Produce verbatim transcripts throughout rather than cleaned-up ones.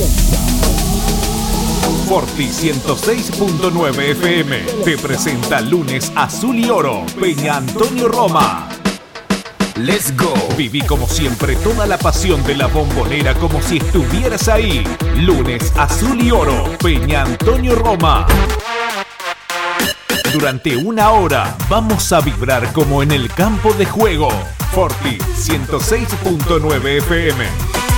Forti ciento seis punto nueve F M te presenta Lunes Azul y Oro, Peña Antonio Roma. Let's go. Viví como siempre toda la pasión de la Bombonera como si estuvieras ahí. Lunes Azul y Oro, Peña Antonio Roma. Durante una hora vamos a vibrar como en el campo de juego. Forti ciento seis punto nueve F M.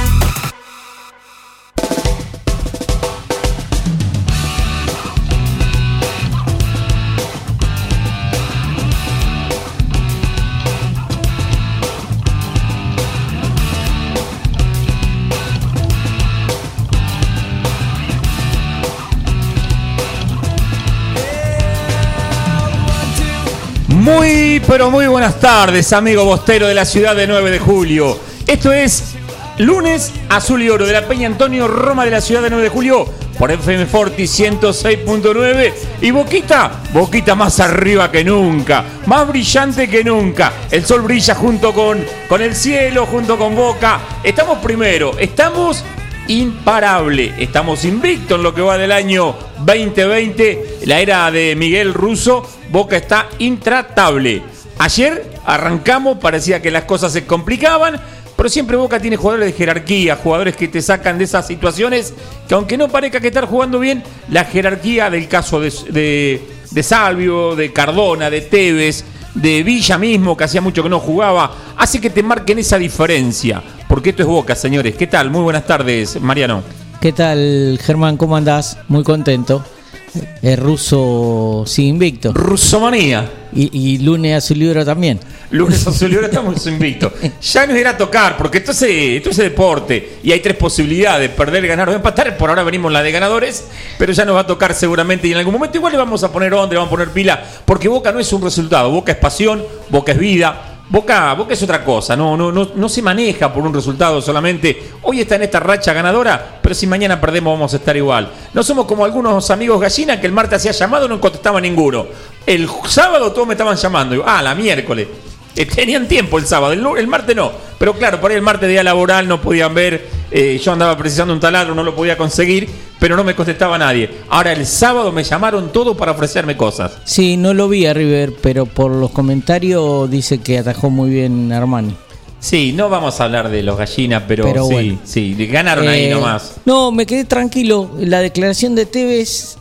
Muy, pero muy buenas tardes, amigo bostero de la ciudad de nueve de julio. Esto es Lunes Azul y Oro de la Peña Antonio Roma de la ciudad de nueve de julio por F M Forti ciento seis punto nueve. Y Boquita, Boquita más arriba que nunca, más brillante que nunca. El sol brilla junto con, con el cielo, junto con Boca. Estamos primero, estamos imparable, estamos invictos en lo que va del año veinte veinte, la era de Miguel Russo. Boca está intratable. Ayer arrancamos, parecía que las cosas se complicaban, pero siempre Boca tiene jugadores de jerarquía, jugadores que te sacan de esas situaciones que, aunque no parezca que estar jugando bien, la jerarquía del caso de, de, de Salvio, de Cardona, de Tevez, de Villa mismo, que hacía mucho que no jugaba, hace que te marquen esa diferencia, porque esto es Boca, señores. ¿Qué tal? Muy buenas tardes, Mariano. ¿Qué tal, Germán? ¿Cómo andás? Muy contento. El Russo sigue invicto. Rusomanía. Y, y Lunes Azul y Oro también. Lunes Azul y Oro estamos invictos. Ya nos irá a tocar, porque esto es, esto es deporte y hay tres posibilidades: perder, ganar o empatar. Por ahora venimos la de ganadores, pero ya nos va a tocar seguramente y en algún momento igual le vamos a poner onda, le vamos a poner pila, porque Boca no es un resultado, Boca es pasión, Boca es vida. Boca, Boca es otra cosa, no, no, no, no se maneja por un resultado solamente. Hoy está en esta racha ganadora, pero si mañana perdemos vamos a estar igual. No somos como algunos amigos gallina que el martes hacía llamado y no contestaba ninguno. El sábado todos me estaban llamando. Ah, la miércoles. Eh, tenían tiempo el sábado, el, el martes no. Pero claro, por ahí el martes día laboral no podían ver. Eh, yo andaba precisando un taladro, no lo podía conseguir, pero no me contestaba nadie. Ahora el sábado me llamaron todos para ofrecerme cosas. Sí, no lo vi a River, pero por los comentarios dice que atajó muy bien Armani. Sí, no vamos a hablar de los gallinas, pero, pero sí, bueno. sí, ganaron eh, ahí nomás. No, me quedé tranquilo. La declaración de Tevez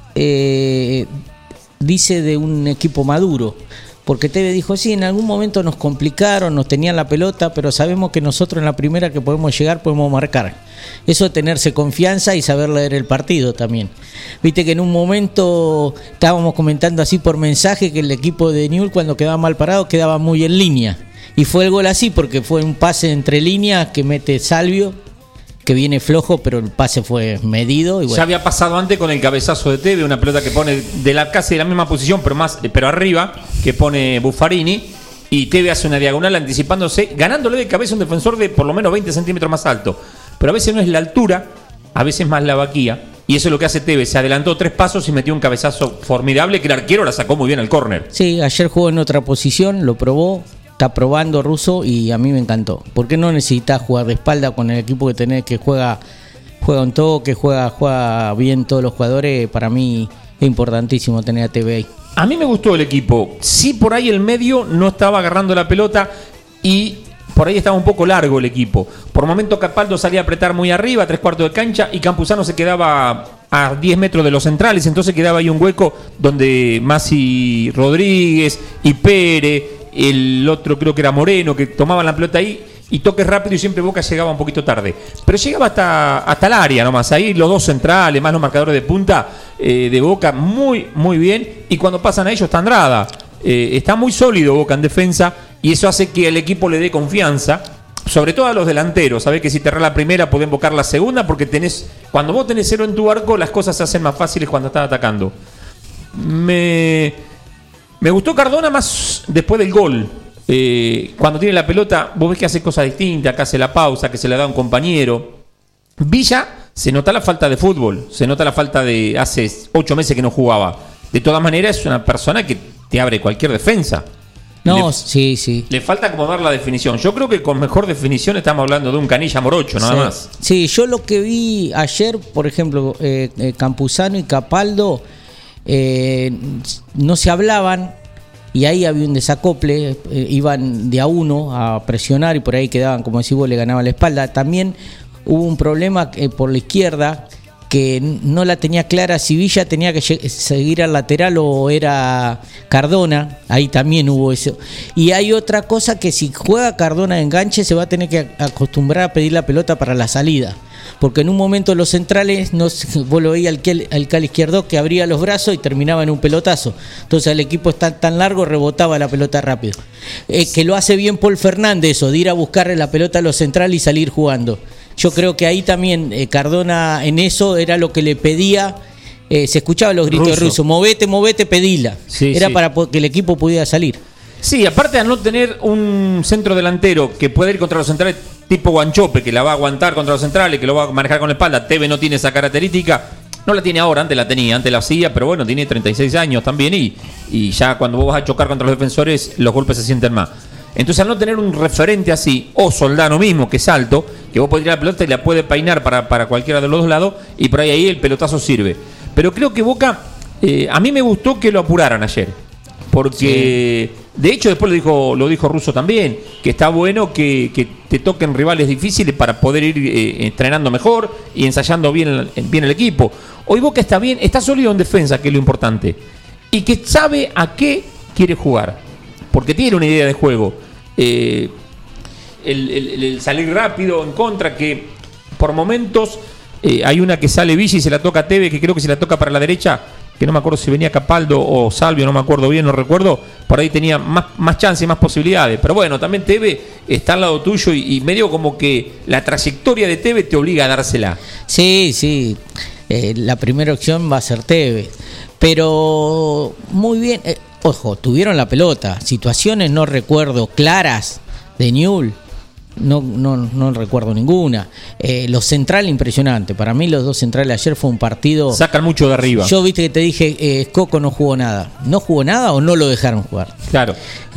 eh, dice de un equipo maduro. Porque Tevez dijo, sí, en algún momento nos complicaron, nos tenían la pelota, pero sabemos que nosotros en la primera que podemos llegar podemos marcar. Eso es tenerse confianza y saber leer el partido también. Viste que en un momento estábamos comentando así por mensaje que el equipo de Newell's cuando quedaba mal parado quedaba muy en línea. Y fue el gol así porque fue un pase entre líneas que mete Salvio, que viene flojo, pero el pase fue medido. Y bueno. Ya había pasado antes con el cabezazo de Tevez, una pelota que pone de la casi de la misma posición, pero más pero arriba, que pone Buffarini, y Tevez hace una diagonal anticipándose, ganándole de cabeza a un defensor de por lo menos veinte centímetros más alto. Pero a veces no es la altura, a veces más la vaquía, y eso es lo que hace Tevez. Se adelantó tres pasos y metió un cabezazo formidable que el arquero la sacó muy bien al córner. Sí, ayer jugó en otra posición, lo probó. Está probando Russo y a mí me encantó. ¿Por qué no necesitas jugar de espalda con el equipo que tenés, que juega juega un toque, juega, juega bien todos los jugadores? Para mí es importantísimo tener a Tevez ahí. A mí me gustó el equipo. Sí, por ahí el medio no estaba agarrando la pelota y por ahí estaba un poco largo el equipo. Por momento Capaldo salía a apretar muy arriba, tres cuartos de cancha, y Campuzano se quedaba a diez metros de los centrales, entonces quedaba ahí un hueco donde Masi Rodríguez y Pérez, el otro creo que era Moreno, que tomaban la pelota ahí y toques rápido, y siempre Boca llegaba un poquito tarde, pero llegaba hasta, hasta el área nomás, ahí los dos centrales, más los marcadores de punta eh, de Boca, muy muy bien, y cuando pasan a ellos está Andrada, eh, está muy sólido Boca en defensa, y eso hace que el equipo le dé confianza, sobre todo a los delanteros. Sabés que si te erras la primera podés invocar la segunda, porque tenés, cuando vos tenés cero en tu arco, las cosas se hacen más fáciles cuando estás atacando. Me... Me gustó Cardona más después del gol. Eh, cuando tiene la pelota, vos ves que hace cosas distintas, que hace la pausa, que se la da a un compañero. Villa, se nota la falta de fútbol, se nota la falta de hace ocho meses que no jugaba. De todas maneras, es una persona que te abre cualquier defensa. No, le, sí, sí. Le falta acomodar la definición. Yo creo que con mejor definición estamos hablando de un Canilla Morocho, nada sí. más. Sí, yo lo que vi ayer, por ejemplo, eh, eh, Campuzano y Capaldo eh, no se hablaban y ahí había un desacople, eh, iban de a uno a presionar y por ahí quedaban, como decís vos, le ganaban la espalda. También hubo un problema eh, por la izquierda, que no la tenía clara si Villa tenía que seguir al lateral o era Cardona, ahí también hubo eso. Y hay otra cosa, que si juega Cardona de enganche se va a tener que acostumbrar a pedir la pelota para la salida, porque en un momento los centrales, no, vos lo veías al, al cal izquierdo que abría los brazos y terminaba en un pelotazo, entonces el equipo está tan largo, rebotaba la pelota rápido. Eh, que lo hace bien Paul Fernández, eso de ir a buscarle la pelota a los centrales y salir jugando. Yo creo que ahí también eh, Cardona en eso era lo que le pedía, eh, se escuchaba los gritos Russo. de Russo, movete, movete, pedila. Sí, era sí. para que el equipo pudiera salir. Sí, aparte de no tener un centro delantero que pueda ir contra los centrales tipo Guanchope, que la va a aguantar contra los centrales, que lo va a manejar con la espalda. Tevez no tiene esa característica, no la tiene ahora, antes la tenía, antes la hacía, pero bueno, tiene treinta y seis años también y, y ya cuando vos vas a chocar contra los defensores, los golpes se sienten más. Entonces, al no tener un referente así, o Soldano mismo, que es alto, que vos podés tirar la pelota y la puede peinar para, para cualquiera de los dos lados, y por ahí, ahí el pelotazo sirve. Pero creo que Boca, eh, a mí me gustó que lo apuraran ayer, porque sí. De hecho después lo dijo, lo dijo Russo también, que está bueno que, que te toquen rivales difíciles para poder ir eh, entrenando mejor y ensayando bien, bien el equipo. Hoy Boca está bien, está sólido en defensa, que es lo importante, y que sabe a qué quiere jugar. Porque tiene una idea de juego. Eh, el, el, el salir rápido en contra, que por momentos eh, hay una que sale Villa y se la toca a Tevez, que creo que se la toca para la derecha, que no me acuerdo si venía Capaldo o Salvio, no me acuerdo bien, no recuerdo. Por ahí tenía más, más chance y más posibilidades. Pero bueno, también Tevez está al lado tuyo y, y medio como que la trayectoria de Tevez te obliga a dársela. Sí, sí. Eh, la primera opción va a ser Tevez. Pero muy bien. Eh, Ojo, tuvieron la pelota, situaciones no recuerdo claras de Newell, no, no, no recuerdo ninguna. Eh, los centrales impresionantes, para mí los dos centrales ayer fue un partido. Sacan mucho de arriba. Yo viste que te dije, eh, Coco no jugó nada. ¿No jugó nada o no lo dejaron jugar? Claro.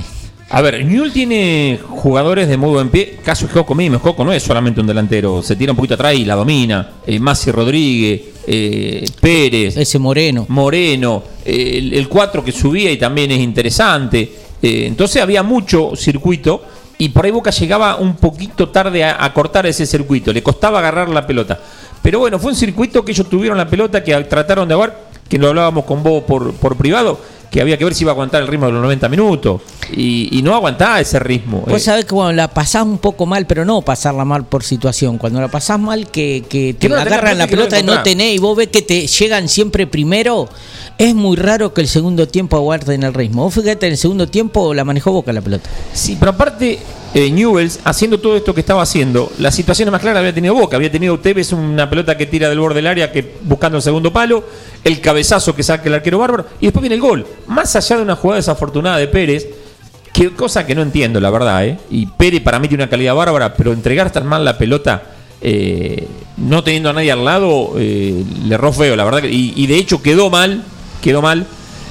A ver, Newell tiene jugadores de muy buen pie. Caso Escoco mismo. Escoco no es solamente un delantero. Se tira un poquito atrás y la domina. Eh, Masi Rodríguez, eh, Pérez. Ese Moreno. Moreno. Eh, el, el cuatro que subía y también es interesante. Eh, entonces había mucho circuito y por ahí Boca llegaba un poquito tarde a, a cortar ese circuito. Le costaba agarrar la pelota. Pero bueno, fue un circuito que ellos tuvieron la pelota, que trataron de agarrar, que lo hablábamos con vos por, por privado, que había que ver si iba a aguantar el ritmo de los noventa minutos y, y no aguantaba ese ritmo. Vos eh. sabés que cuando la pasás un poco mal, pero no pasarla mal por situación, cuando la pasás mal que, que te Que no la agarran la tenés, pelota y no tenés y vos ves que te llegan siempre primero, es muy raro que el segundo tiempo aguarden el ritmo. Vos fíjate, en el segundo tiempo la manejó Boca la pelota. Sí, pero aparte eh, Newell's, haciendo todo esto que estaba haciendo, la situación más clara había tenido Boca, había tenido Tevez una pelota que tira del borde del área, que buscando el segundo palo, el cabezazo que saca el arquero bárbaro, y después viene el gol. Más allá de una jugada desafortunada de Pérez, que cosa que no entiendo, la verdad, ¿eh? Y Pérez para mí tiene una calidad bárbara, pero entregar tan mal la pelota, eh, no teniendo a nadie al lado, eh, le erró feo, la verdad, que, y, y de hecho quedó mal, quedó mal,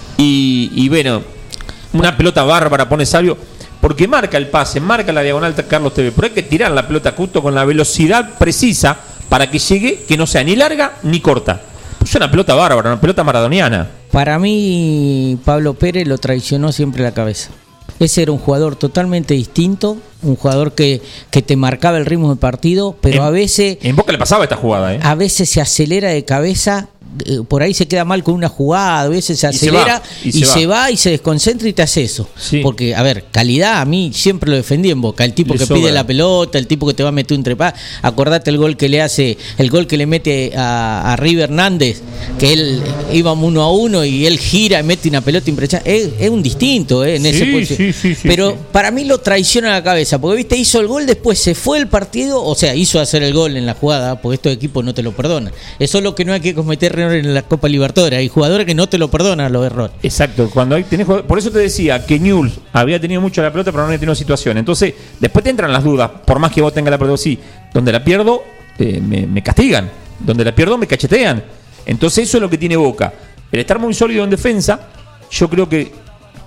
y, y bueno, una pelota bárbara pone Salvio, porque marca el pase, marca la diagonal Carlos Tevez, pero hay que tirar la pelota justo con la velocidad precisa para que llegue, que no sea ni larga ni corta. Es una pelota bárbara, una pelota maradoniana. Para mí, Pablo Pérez lo traicionó siempre la cabeza. Ese era un jugador totalmente distinto, un jugador que, que te marcaba el ritmo del partido, pero en, a veces... En Boca le pasaba esta jugada, ¿eh? A veces se acelera de cabeza, eh, por ahí se queda mal con una jugada, a veces se acelera y, se va, y, y se, se va. va y se desconcentra y te hace eso. Sí. Porque, a ver, calidad a mí siempre lo defendí en Boca. El tipo le que sobra. Pide la pelota, el tipo que te va a meter un trepá. Acordate el gol que le hace, el gol que le mete a, a River Hernández, que él íbamos uno a uno y él gira y mete una pelota impresionante. Es, es un distinto, ¿eh? En sí, ese sí, sí, sí, Pero sí. para mí lo traiciona la cabeza, porque viste, hizo el gol, después se fue el partido, o sea, hizo hacer el gol en la jugada, porque estos equipos no te lo perdonan. Eso es lo que no hay que cometer errores en la Copa Libertadores. Hay jugadores que no te lo perdonan los errores. Exacto, cuando hay, tenés, por eso te decía que Newell's había tenido mucho la pelota, pero no había tenido situación. Entonces, después te entran las dudas, por más que vos tengas la pelota, sí, donde la pierdo, eh, me, me castigan, donde la pierdo, me cachetean. Entonces, eso es lo que tiene Boca. El estar muy sólido en defensa, yo creo que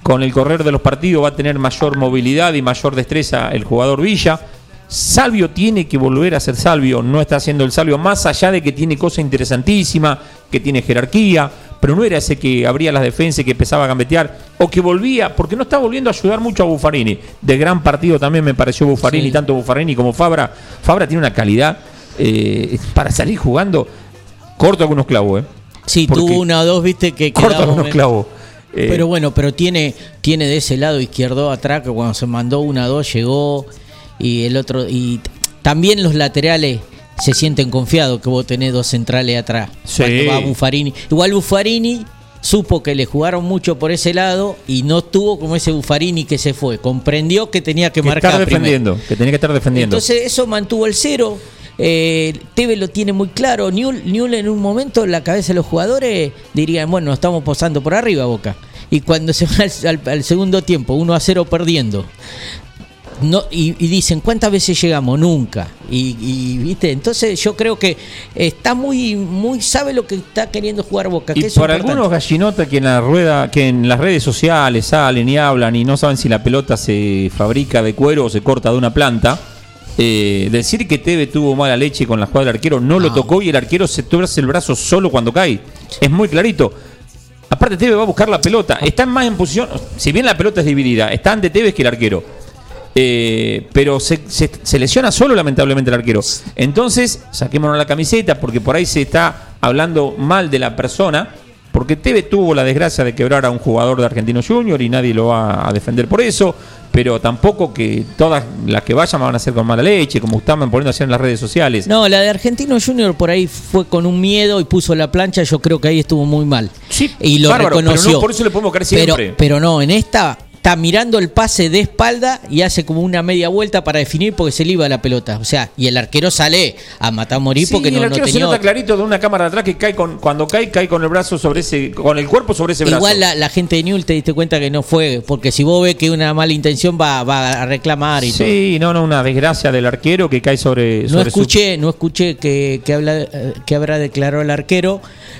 con el correr de los partidos va a tener mayor movilidad y mayor destreza el jugador Villa. Salvio tiene que volver a ser Salvio, no está haciendo el Salvio, más allá de que tiene cosas interesantísimas, que tiene jerarquía, pero no era ese que abría las defensas, que empezaba a gambetear, o que volvía, porque no está volviendo a ayudar mucho a Buffarini. De gran partido también me pareció Buffarini, sí. Tanto Buffarini como Fabra. Fabra tiene una calidad eh, para salir jugando, corto algunos clavos, ¿eh? Sí, porque tuvo una o dos, viste, que corto algunos clavos. Eh, pero bueno, pero tiene, tiene de ese lado izquierdo atrás, que cuando se mandó una o dos llegó. Y el otro, y también los laterales se sienten confiados que vos tenés dos centrales atrás. Sí. Cuando va Buffarini. Igual Buffarini supo que le jugaron mucho por ese lado y no estuvo como ese Buffarini que se fue. Comprendió que tenía que, que marcar estar defendiendo, primero. Que tenía que estar defendiendo. Entonces eso mantuvo el cero. Eh, Tevez lo tiene muy claro. Newell, Newell en un momento en la cabeza de los jugadores dirían, bueno, estamos posando por arriba, Boca. Y cuando se va al, al, al segundo tiempo, uno a cero perdiendo. No, y, y dicen, ¿cuántas veces llegamos? Nunca. Y, y viste, entonces yo creo que está muy, muy sabe lo que está queriendo jugar Boca. Y que es por importante. Algunos gallinotas que en la rueda, que en las redes sociales salen y hablan y no saben si la pelota se fabrica de cuero o se corta de una planta. Eh, decir que Tevez tuvo mala leche con la jugada del arquero, no, no. lo tocó y el arquero se torce el brazo solo cuando cae. Es muy clarito. Aparte Tevez va a buscar la pelota. Está más en posición, si bien la pelota es dividida, está ante Tevez que el arquero. Eh, pero se, se, se lesiona solo lamentablemente el arquero. Entonces saquémonos la camiseta, porque por ahí se está hablando mal de la persona, porque Tevez tuvo la desgracia de quebrar a un jugador de Argentinos Juniors y nadie lo va a defender por eso, pero tampoco que todas las que vayan van a ser con mala leche, como estaban poniendo ayer en las redes sociales. No, la de Argentinos Juniors por ahí fue con un miedo y puso la plancha. Yo creo que ahí estuvo muy mal. Sí, y lo bárbaro, reconoció. Pero no por eso le podemos creer siempre. Pero, pero no, en esta está mirando el pase de espalda y hace como una media vuelta para definir porque se le iba la pelota. O sea, y el arquero sale a matar a morir, sí, porque no, el arquero no tenía. Se nota clarito de una cámara de atrás que cae con, cuando cae, cae con el brazo sobre ese, con el cuerpo sobre ese brazo. Igual la, la gente de Newell te diste cuenta que no fue, porque si vos ves que una mala intención va, va a reclamar y sí, todo. Sí, no, no, una desgracia del arquero que cae sobre. sobre no escuché, su... no escuché que, que, habla, que habrá declarado el arquero,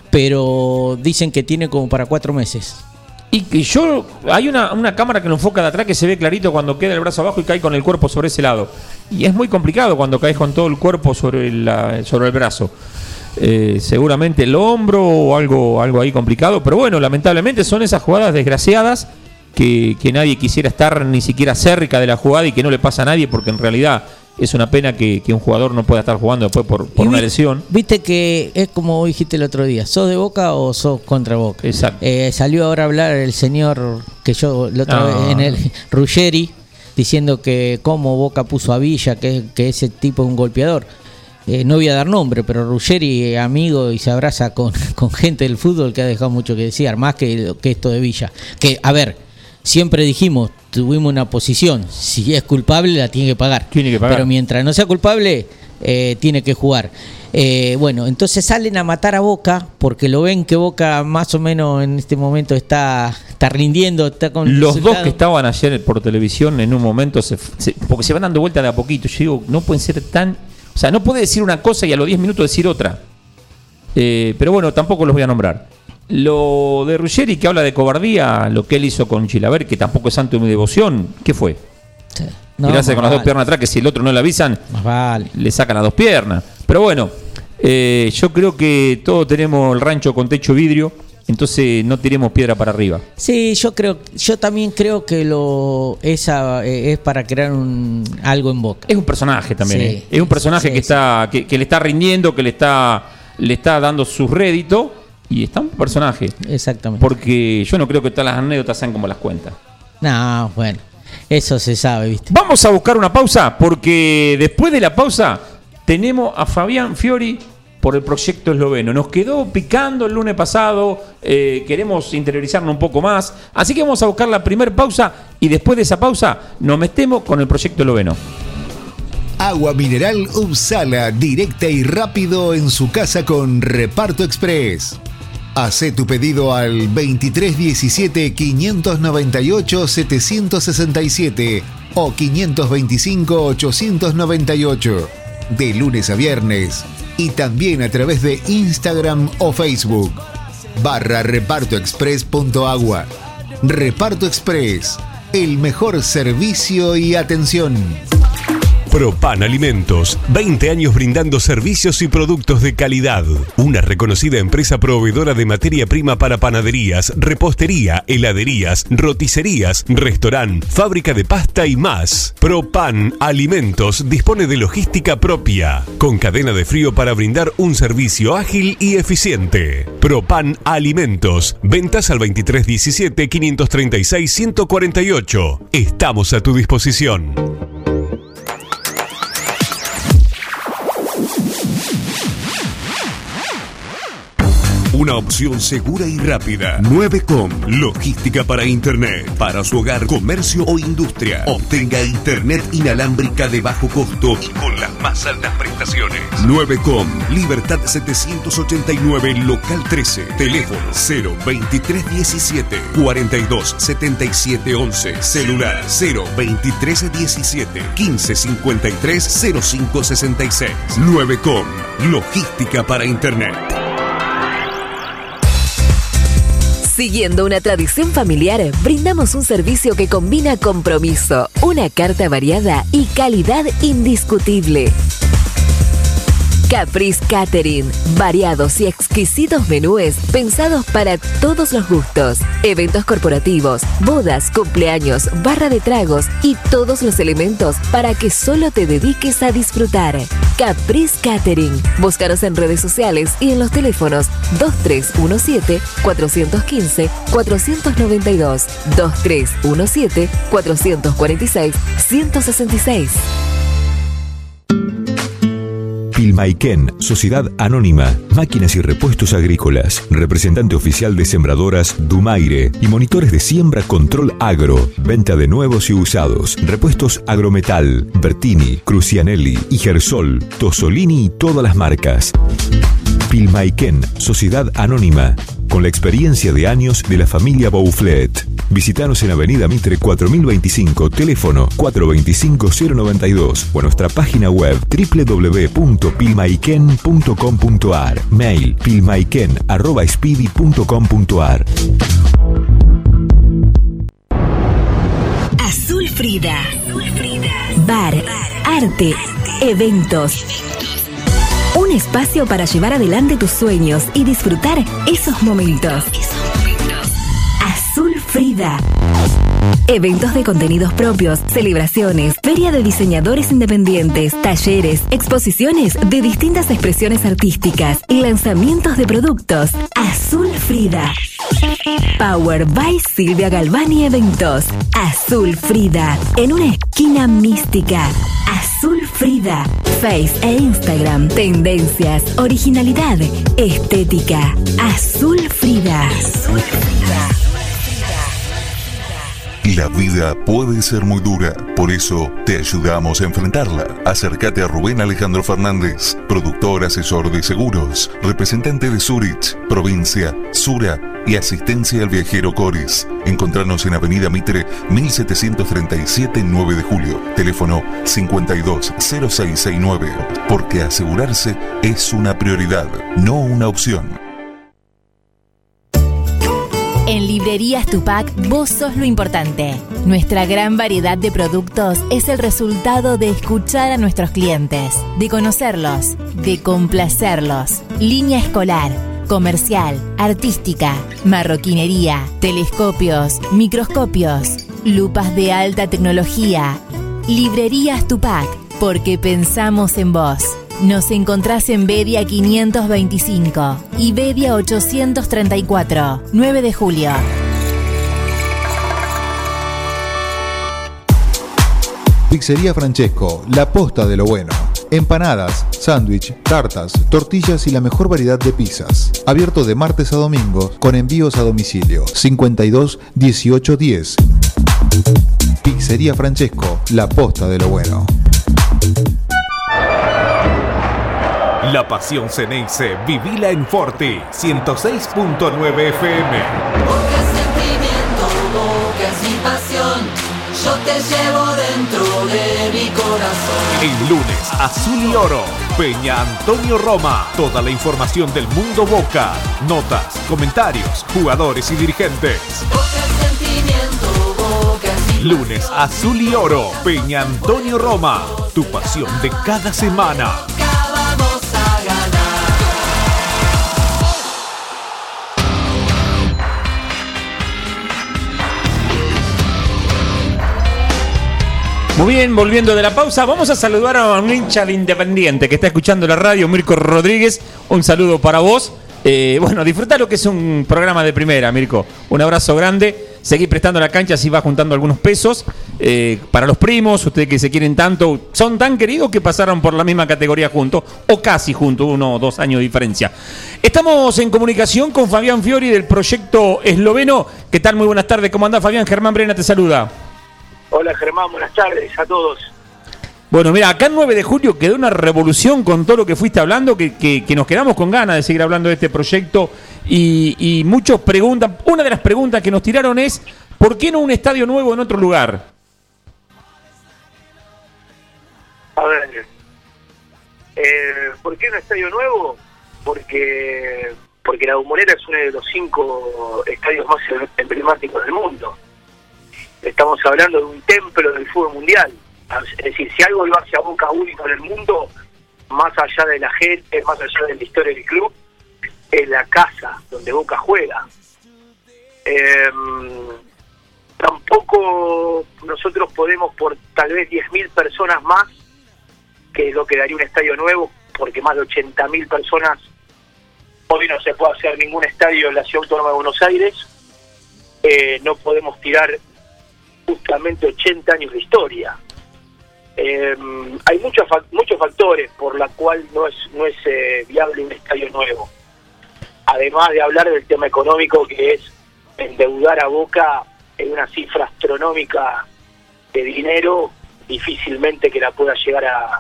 pero dicen que tiene como para cuatro meses. Y que yo, hay una, una cámara que lo enfoca de atrás que se ve clarito cuando queda el brazo abajo y cae con el cuerpo sobre ese lado. Y es muy complicado cuando caes con todo el cuerpo sobre, la, sobre el brazo. Eh, seguramente el hombro o algo, algo ahí complicado. Pero bueno, lamentablemente son esas jugadas desgraciadas que, que nadie quisiera estar ni siquiera cerca de la jugada y que no le pasa a nadie, porque en realidad es una pena que, que un jugador no pueda estar jugando después por, por una vi, lesión. Viste que es como dijiste el otro día, ¿sos de Boca o sos contra Boca? Exacto. Eh, salió ahora a hablar el señor que yo la otra no. vez en el Ruggeri, diciendo que cómo Boca puso a Villa, que, que ese tipo es un golpeador. Eh, no voy a dar nombre, pero Ruggeri es amigo y se abraza con, con gente del fútbol que ha dejado mucho que decir, más que, que esto de Villa. Que, a ver, siempre dijimos, tuvimos una posición, si es culpable la tiene que pagar, tiene que pagar. Pero mientras no sea culpable eh, tiene que jugar. Eh, bueno, entonces salen a matar a Boca porque lo ven que Boca más o menos en este momento está, está rindiendo, está con los resultado. Dos que estaban ayer por televisión en un momento se, se, porque se van dando vuelta de a poquito. Yo digo, no pueden ser tan, o sea, no puede decir una cosa y a los diez minutos decir otra. Eh, pero bueno, tampoco los voy a nombrar. Lo de Ruggeri, que habla de cobardía, lo que él hizo con Chilaver, que tampoco es santo de mi devoción, ¿qué fue? Sí. No, Tirarse con vale. las dos piernas atrás, que si el otro no le avisan, vale. le sacan las dos piernas. Pero bueno, eh, yo creo que todos tenemos el rancho con techo vidrio, entonces no tiremos piedra para arriba. Sí, yo creo, yo también creo que lo esa eh, es para crear un algo en Boca. Es un personaje también, sí. ¿eh? Es un personaje sí, que sí. está, que, que le está rindiendo, que le está, le está dando su rédito. Y está un personaje. Exactamente. Porque yo no creo que todas las anécdotas sean como las cuentas. No, bueno, eso se sabe, ¿viste? Vamos a buscar una pausa, porque después de la pausa tenemos a Fabián Fiori por el proyecto esloveno. Nos quedó picando el lunes pasado, eh, queremos interiorizarnos un poco más. Así que vamos a buscar la primer pausa y después de esa pausa nos metemos con el proyecto esloveno. Agua mineral Uppsala, directa y rápido en su casa con Reparto Express. Hacé tu pedido al veintitrés diecisiete quinientos noventa y ocho setecientos sesenta y siete o quinientos veinticinco ochocientos noventa y ocho. De lunes a viernes y también a través de Instagram o Facebook. Barra repartoexpress.agua. Reparto Express, el mejor servicio y atención. Propan Alimentos, veinte años brindando servicios y productos de calidad. Una reconocida empresa proveedora de materia prima para panaderías, repostería, heladerías, roticerías, restaurante, fábrica de pasta y más. Propan Alimentos dispone de logística propia, con cadena de frío para brindar un servicio ágil y eficiente. Propan Alimentos, ventas al veintitrés diecisiete, quinientos treinta y seis, ciento cuarenta y ocho. Estamos a tu disposición. Una opción segura y rápida. nueve com. Logística para Internet. Para su hogar, comercio o industria. Obtenga Internet inalámbrica de bajo costo y con las más altas prestaciones. nueve com. Libertad setecientos ochenta y nueve, local trece. Teléfono cero veintitrés diecisiete, cuarenta y dos setenta y siete once. Celular cero veintitrés diecisiete, quince cincuenta y tres, cero cinco sesenta y seis. nueve com. Logística para Internet. Siguiendo una tradición familiar, brindamos un servicio que combina compromiso, una carta variada y calidad indiscutible. Caprice Catering, variados y exquisitos menúes pensados para todos los gustos. Eventos corporativos, bodas, cumpleaños, barra de tragos y todos los elementos para que solo te dediques a disfrutar. Caprice Catering. Búscanos en redes sociales y en los teléfonos dos tres uno siete, cuatro uno cinco, cuatro nueve dos, dos tres uno siete, cuatro cuatro seis, uno seis seis. Pilmaiken, Sociedad Anónima, Máquinas y Repuestos Agrícolas, representante oficial de sembradoras Dumaire y monitores de siembra Control Agro, venta de nuevos y usados, repuestos Agrometal, Bertini, Crucianelli, Igersol, Tosolini y todas las marcas. Pilmaiken, Sociedad Anónima, con la experiencia de años de la familia Bouflet. Visítanos en Avenida Mitre cuatro mil veinticinco, teléfono cuatro dos cinco, cero nueve dos o en nuestra página web doble u doble u doble u punto pilmaiken punto com punto a r. Mail pilmaiken arroba speedy punto com punto a r. Azul Frida. Bar, arte, eventos. Un espacio para llevar adelante tus sueños y disfrutar esos momentos. Azul Frida. Eventos de contenidos propios, celebraciones, feria de diseñadores independientes, talleres, exposiciones de distintas expresiones artísticas y lanzamientos de productos. Azul Frida. Power by Silvia Galvani Eventos. Azul Frida. En una esquina mística. Azul Frida. Face e Instagram. Tendencias, originalidad, estética. Azul Frida. Azul Frida. La vida puede ser muy dura, por eso te ayudamos a enfrentarla. Acércate a Rubén Alejandro Fernández, productor asesor de seguros, representante de Zurich, provincia, Sura y asistencia al viajero Coris. Encontrarnos en Avenida Mitre mil setecientos treinta y siete, nueve de julio. Teléfono cincuenta y dos, cero seis sesenta y nueve. Porque asegurarse es una prioridad, no una opción. En Librerías Tupac, vos sos lo importante. Nuestra gran variedad de productos es el resultado de escuchar a nuestros clientes, de conocerlos, de complacerlos. Línea escolar, comercial, artística, marroquinería, telescopios, microscopios, lupas de alta tecnología. Librerías Tupac, porque pensamos en vos. Nos encontrás en Bedia quinientos veinticinco y Bedia ochocientos treinta y cuatro, nueve de julio. Pizzería Francesco, la posta de lo bueno. Empanadas, sándwich, tartas, tortillas y la mejor variedad de pizzas. Abierto de martes a domingo con envíos a domicilio. cincuenta y dos, dieciocho diez. Pizzería Francesco, la posta de lo bueno. La pasión Ceneice, vivila en Forti, ciento seis punto nueve F M. Porque sentimiento, porque es mi pasión, yo te llevo dentro de mi corazón. El lunes, Azul y Oro, Peña Antonio Roma. Toda la información del mundo Boca, notas, comentarios, jugadores y dirigentes. Porque sentimiento. Lunes Azul y Oro, Peña Antonio Roma, tu pasión de cada semana. Muy bien, volviendo de la pausa, vamos a saludar a un hincha de Independiente que está escuchando la radio, Mirko Rodríguez. Un saludo para vos. Eh, bueno, disfruta lo que es un programa de primera, Mirko. Un abrazo grande. Seguí prestando la cancha, así va juntando algunos pesos. Eh, para los primos, ustedes que se quieren tanto, son tan queridos que pasaron por la misma categoría juntos, o casi juntos, uno o dos años de diferencia. Estamos en comunicación con Fabián Fiori del proyecto esloveno. ¿Qué tal? Muy buenas tardes. ¿Cómo andás, Fabián? Germán Brena te saluda. Hola Germán, buenas tardes a todos. Bueno, mira, acá el nueve de julio quedó una revolución con todo lo que fuiste hablando, que, que, que nos quedamos con ganas de seguir hablando de este proyecto y, y muchos preguntan. Una de las preguntas que nos tiraron es, ¿por qué no un estadio nuevo en otro lugar? A ver, eh, ¿por qué un estadio nuevo? Porque, porque la Bombonera es uno de los cinco estadios más emblemáticos del mundo. Estamos hablando de un templo del fútbol mundial. Es decir, si algo lo hace a Boca único en el mundo, más allá de la gente, más allá de la historia del club, es la casa donde Boca juega. Eh, tampoco nosotros podemos, por tal vez diez mil personas más, que es lo que daría un estadio nuevo, porque más de ochenta mil personas, hoy no se puede hacer ningún estadio en la Ciudad Autónoma de Buenos Aires, eh, no podemos tirar justamente ochenta años de historia. Eh, hay muchos muchos factores por la cual no es no es eh, viable un estadio nuevo. Además de hablar del tema económico, que es endeudar a Boca en una cifra astronómica de dinero, difícilmente que la pueda llegar a,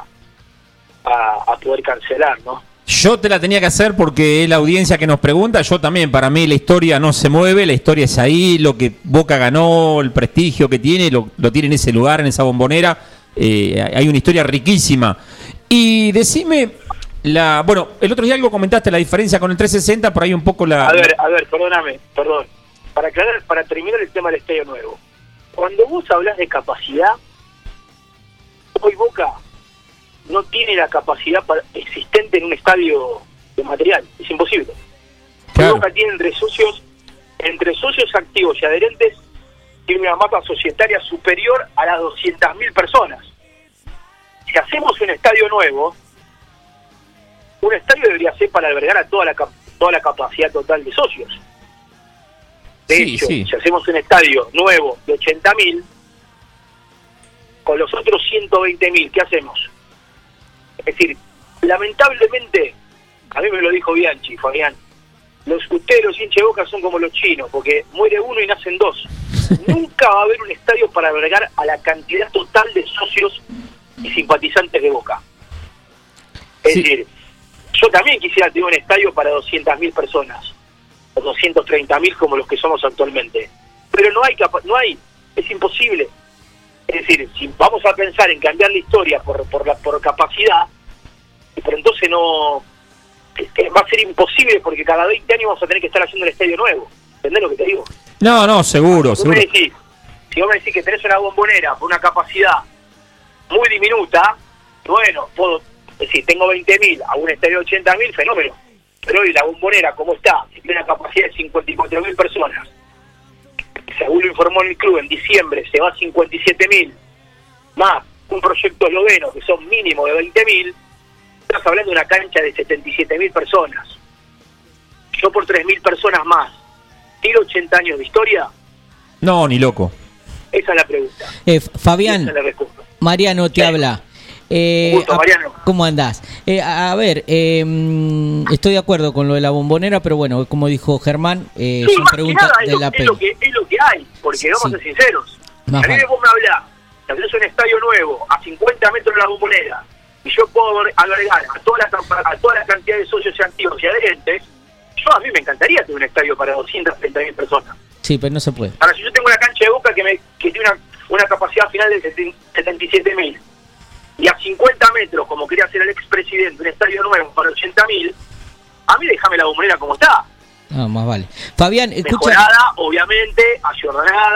a, a poder cancelar, ¿no? Yo te la tenía que hacer porque es la audiencia que nos pregunta. Yo también, para mí la historia no se mueve, la historia es ahí, lo que Boca ganó, el prestigio que tiene, lo, lo tiene en ese lugar, en esa Bombonera. Eh, hay una historia riquísima. Y decime, la bueno, el otro día algo comentaste, la diferencia con el trescientos sesenta, por ahí un poco la... A ver, a ver, perdóname, perdón. Para aclarar, para terminar el tema del estadio nuevo. Cuando vos hablas de capacidad, hoy Boca no tiene la capacidad para, existente en un estadio de material, es imposible. Claro. Boca tiene entre socios, entre socios activos y adherentes, tiene una masa societaria superior a las doscientas mil personas. Si hacemos un estadio nuevo, un estadio debería ser para albergar a toda la toda la capacidad total de socios. De sí, hecho, sí. Si hacemos un estadio nuevo de ochenta mil, con los otros ciento veinte mil, ¿qué hacemos? Es decir, lamentablemente, a mí me lo dijo Bianchi, Fabián, los ustedes, los hinchas de Boca, son como los chinos, porque muere uno y nacen dos. Nunca va a haber un estadio para albergar a la cantidad total de socios y simpatizantes de Boca. Es sí. decir, yo también quisiera tener un estadio para doscientas mil personas, o doscientos treinta mil como los que somos actualmente. Pero no hay, capa- no hay, es imposible. Es decir, si vamos a pensar en cambiar la historia por por la por capacidad, pero entonces no es que va a ser imposible, porque cada veinte años vamos a tener que estar haciendo el estadio nuevo. ¿Entendés lo que te digo? No, no, seguro, si seguro. Vos me decís, si vos me decís que tenés una Bombonera con una capacidad muy diminuta, bueno, puedo decir, tengo veinte mil, a un estadio de ochenta mil, fenómeno. Pero hoy la Bombonera, como está, tiene una capacidad de cincuenta y cuatro mil personas. Según lo informó el club, en diciembre se va a cincuenta y siete mil, más un proyecto esloveno que son mínimo de veinte mil, estás hablando de una cancha de setenta y siete mil personas. Yo por tres mil personas más, ¿tiro ochenta años de historia? No, ni loco. Esa es la pregunta. Eh, Fabián, Esa es la respuesta. Mariano te sí. habla. Eh, Un gusto, Mariano. ¿Cómo andás? Eh, a, a ver, eh, estoy de acuerdo con lo de la Bombonera, pero bueno, como dijo Germán, eh, sí, son más preguntas que nada, de la es, lo, es, lo que, es lo que hay, porque sí, vamos sí. a ser sinceros. Más a mí vale. vos me hablás, si haces un estadio nuevo a cincuenta metros de la Bombonera, y yo puedo agregar a toda la, a toda la cantidad de socios y activos y adherentes, yo a mí me encantaría tener un estadio para doscientas treinta mil personas. Sí, pero no se puede. Ahora, si yo tengo una cancha de Boca que, me, que tiene una, una capacidad final de setenta y siete mil, y a cincuenta metros, como quería hacer el expresidente, un estadio nuevo para ochenta mil, a mí déjame la Bombonera como está. No, más vale. Fabián, escucha... Mejorada, obviamente, ayornada,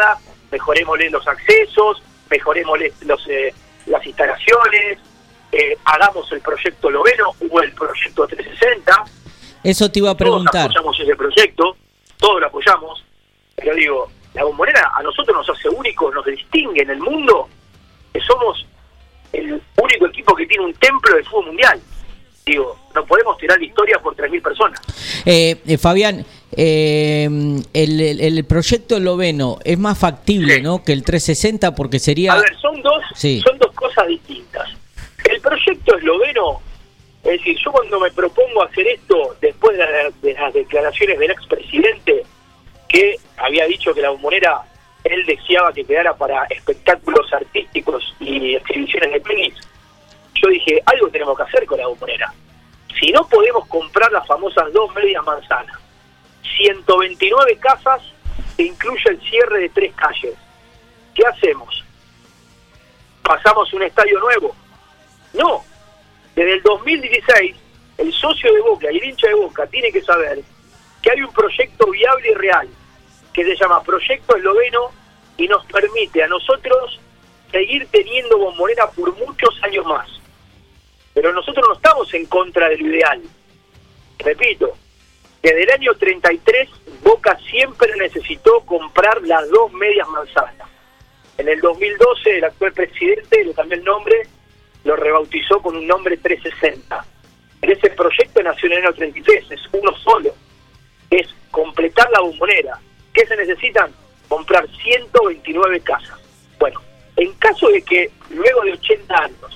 mejorémosle los accesos, mejorémosle los, eh, las instalaciones, eh, hagamos el proyecto Loveno o el proyecto trescientos sesenta. Eso te iba a preguntar. Todos apoyamos ese proyecto, todos lo apoyamos, pero digo, la Bombonera a nosotros nos hace únicos, nos distingue en el mundo, que somos el único equipo que tiene un templo del fútbol mundial. Digo, no podemos tirar la historia por tres mil personas. Eh, eh, Fabián, eh, el, el, el proyecto Loveno es más factible, sí, ¿no?, que el trescientos sesenta, porque sería... A ver, son dos, sí. son dos cosas distintas. El proyecto Loveno, es decir, yo cuando me propongo hacer esto, después de, la, de las declaraciones del expresidente, que había dicho que la Bombonera, él deseaba que quedara para espectáculos artísticos y exhibiciones de tenis, yo dije, algo tenemos que hacer con la Bombonera. Si no podemos comprar las famosas dos medias manzanas, ciento veintinueve casas que incluye el cierre de tres calles, ¿qué hacemos? ¿Pasamos un estadio nuevo? No. Desde el dos mil dieciséis, el socio de Boca y el hincha de Boca tiene que saber que hay un proyecto viable y real que se llama Proyecto Loveno y nos permite a nosotros seguir teniendo Bombonera por muchos años más. Pero nosotros no estamos en contra del ideal. Repito, desde el año treinta y tres Boca siempre necesitó comprar las dos medias manzanas. En el dos mil doce el actual presidente le cambió el nombre, lo rebautizó con un nombre trescientos sesenta. En ese proyecto nació en el año treinta y tres, es uno solo, es completar la Bombonera. ¿Qué se necesitan? Comprar ciento veintinueve casas. Bueno, en caso de que luego de ochenta años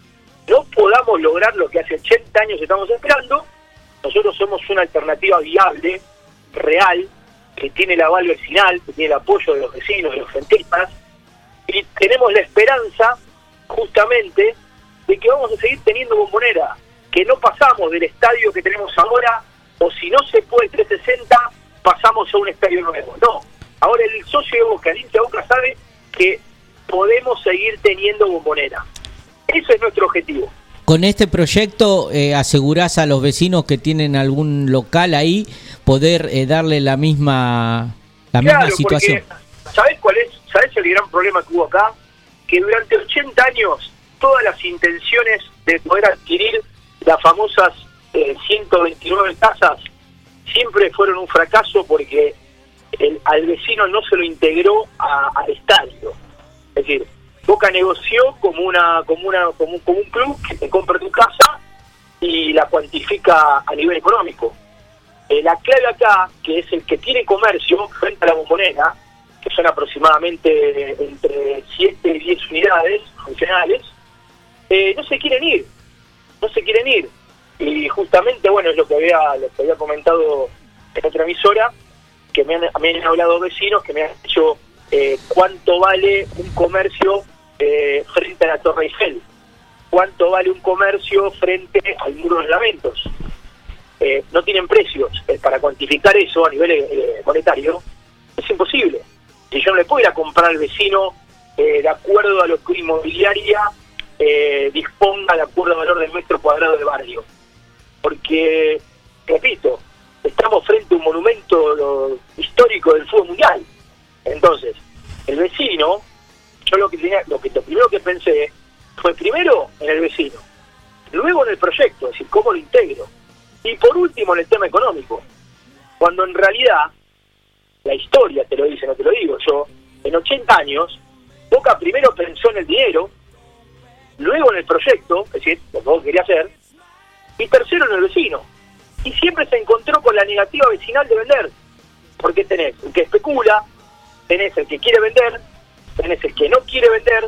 no podamos lograr lo que hace ochenta años estamos esperando, nosotros somos una alternativa viable, real, que tiene el aval vecinal, que tiene el apoyo de los vecinos, de los frentistas, y tenemos la esperanza, justamente, de que vamos a seguir teniendo Bombonera, que no pasamos del estadio que tenemos ahora, o si no se puede el trescientos sesenta, pasamos a un estadio nuevo. No, ahora el socio de Boca, el hincha de Boca, sabe que podemos seguir teniendo Bombonera. Ese es nuestro objetivo. Con este proyecto eh, asegurás a los vecinos que tienen algún local ahí poder eh, darle la misma la claro, misma situación. Porque, ¿sabés cuál es? ¿Sabés el gran problema que hubo acá? Que durante ochenta años todas las intenciones de poder adquirir las famosas eh, ciento veintinueve casas siempre fueron un fracaso porque el, al vecino no se lo integró a, al estadio. Es decir, Boca negoció como una como una como, como un club que te compra tu casa y la cuantifica a nivel económico. Eh, la clave acá, que es el que tiene comercio frente a la Bombonera, que son aproximadamente entre siete y diez unidades funcionales, eh, no se quieren ir, no se quieren ir. Y justamente, bueno, es lo que había lo que había comentado en otra emisora, que me han, me han hablado vecinos que me han dicho eh, cuánto vale un comercio eh, frente a la Torre Eiffel, cuánto vale un comercio frente al Muro de los Lamentos. Eh, no tienen precios. Eh, para cuantificar eso a nivel eh, monetario es imposible. Si yo no le puedo ir a comprar al vecino eh, de acuerdo a lo que inmobiliaria eh, disponga de acuerdo al valor del metro cuadrado de barrio. Porque, repito, estamos frente a un monumento lo, histórico del fútbol mundial. Entonces, el vecino, yo lo que tenía, lo que lo primero que pensé fue primero en el vecino, luego en el proyecto, es decir, cómo lo integro, y por último en el tema económico. Cuando en realidad, la historia te lo dice, no te lo digo yo, en ochenta años, Boca primero pensó en el dinero, luego en el proyecto, es decir, lo que vos querías hacer, y tercero en el vecino. Y siempre se encontró con la negativa vecinal de vender, porque tenés el que especula, tenés el que quiere vender, tenés el que no quiere vender,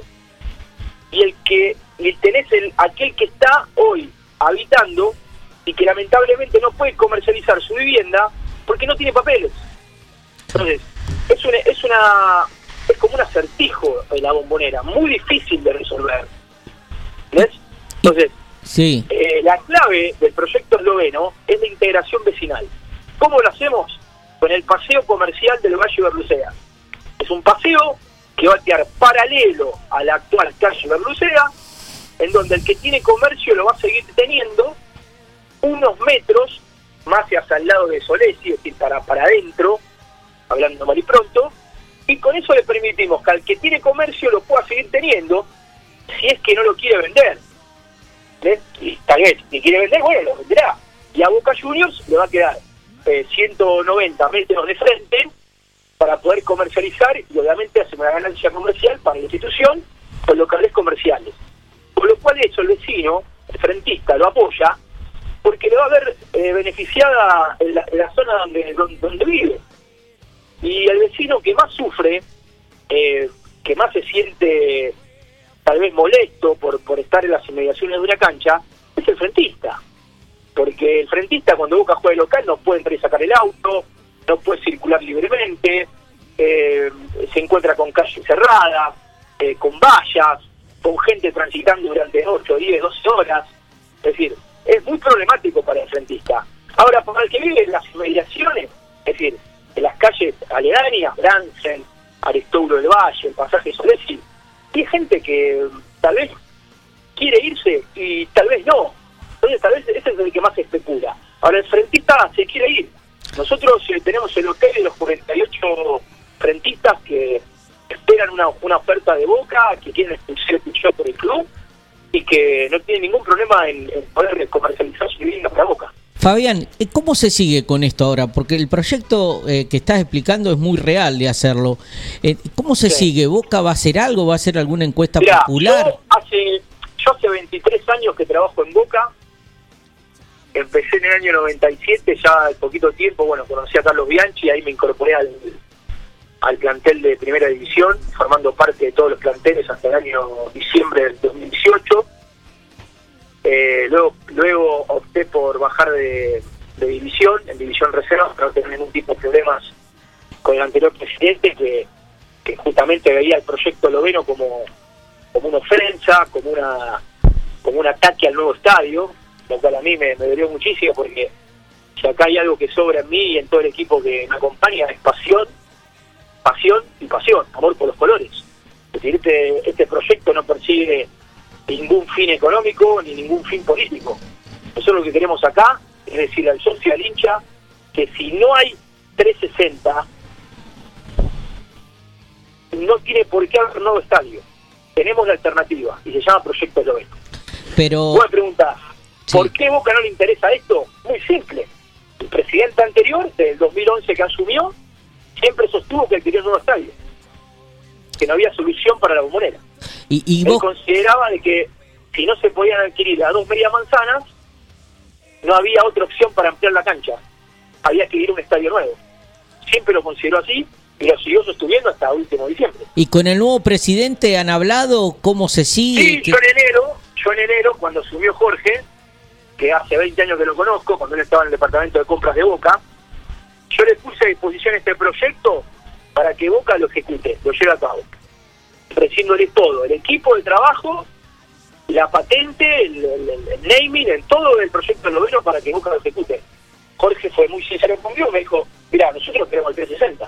y el que y tenés el aquel que está hoy habitando y que lamentablemente no puede comercializar su vivienda porque no tiene papeles. Entonces, es una, es una es como un acertijo en la Bombonera, muy difícil de resolver. ¿Ves? Entonces, sí. eh, la clave del proyecto Loveno es la integración vecinal. ¿Cómo lo hacemos? Con el paseo comercial del Valle Berlucea. Es un paseo que va a quedar paralelo a la actual calle Berlucea, en donde el que tiene comercio lo va a seguir teniendo unos metros más hacia el lado de Solesi, es decir, para, para adentro, hablando mal y pronto, y con eso le permitimos que al que tiene comercio lo pueda seguir teniendo si es que no lo quiere vender. ¿Ves? Y tal vez, si quiere vender, bueno, lo venderá. Y a Boca Juniors le va a quedar eh, ciento noventa metros de frente para poder comercializar y obviamente hacer una ganancia comercial para la institución con locales comerciales. Por lo cual eso el vecino, el frentista, lo apoya porque le va a ver eh, beneficiada en la, en la zona donde, donde, donde vive. Y el vecino que más sufre, eh, que más se siente tal vez molesto por, por estar en las inmediaciones de una cancha, es el frentista. Porque el frentista cuando Boca juega local no puede entrar y sacar el auto, no puede circular libremente, eh, se encuentra con calles cerradas, eh, con vallas, con gente transitando durante ocho, diez, doce horas. Es decir, es muy problemático para el frentista. Ahora, para el que vive en las inmediaciones, es decir, en las calles aledañas, Bransen, Aristóbulo del Valle, el pasaje Solesi, hay gente que tal vez quiere irse y tal vez no. Entonces tal vez ese es el que más especula. Ahora el frentista se quiere ir. Nosotros eh, tenemos el hotel de los cuarenta y ocho frentistas que esperan una, una oferta de Boca, que quieren expulsar el pichón por el club y que no tienen ningún problema en, en poder comercializar su vivienda para Boca. Fabián, ¿cómo se sigue con esto ahora? Porque el proyecto eh, que estás explicando es muy real de hacerlo. Eh, ¿Cómo se sí. sigue? ¿Boca va a hacer algo? ¿Va a hacer alguna encuesta Mirá, popular? Yo hace, yo hace veintitrés años que trabajo en Boca. Empecé en el año noventa y siete, ya al poquito tiempo, bueno, conocí a Carlos Bianchi, ahí me incorporé al, al plantel de Primera División, formando parte de todos los planteles hasta el año diciembre del dos mil dieciocho. Eh, luego luego opté por bajar de, de división, en división reserva, para no tener ningún tipo de problemas con el anterior presidente, que, que justamente veía el proyecto Loveno como, como una ofensa, como una como un ataque al nuevo estadio, lo cual a mí me, me dolió muchísimo, porque si acá hay algo que sobra en mí y en todo el equipo que me acompaña, es pasión, pasión y pasión, amor por los colores. Es decir, este, este proyecto no persigue ningún fin económico ni ningún fin político. Nosotros lo que queremos acá es decir al socio, al hincha, que si no hay trescientos sesenta, no tiene por qué haber un nuevo estadio. Tenemos la alternativa y se llama Proyecto Loveno. Pero vos me preguntás, sí. ¿por qué Boca no le interesa esto? Muy simple. El presidente anterior, del dos mil once que asumió, siempre sostuvo que él quería un nuevo estadio, que no había solución para la Bombonera. Y, y Él vos... consideraba de que si no se podían adquirir las dos media manzanas, no había otra opción para ampliar la cancha. Había que ir a un estadio nuevo. Siempre lo consideró así y lo siguió sosteniendo hasta último diciembre. ¿Y con el nuevo presidente han hablado cómo se sigue? Sí, ¿Qué... yo en enero, yo en enero, cuando asumió Jorge, que hace veinte años que lo conozco, cuando él estaba en el departamento de compras de Boca, yo le puse a disposición este proyecto para que Boca lo ejecute, lo lleve a cabo, ofreciéndole todo, el equipo de trabajo, la patente, el, el, el naming, en todo el proyecto de Loveno para que Boca lo ejecute. Jorge fue muy sincero conmigo, me dijo, mirá, nosotros queremos el trescientos sesenta.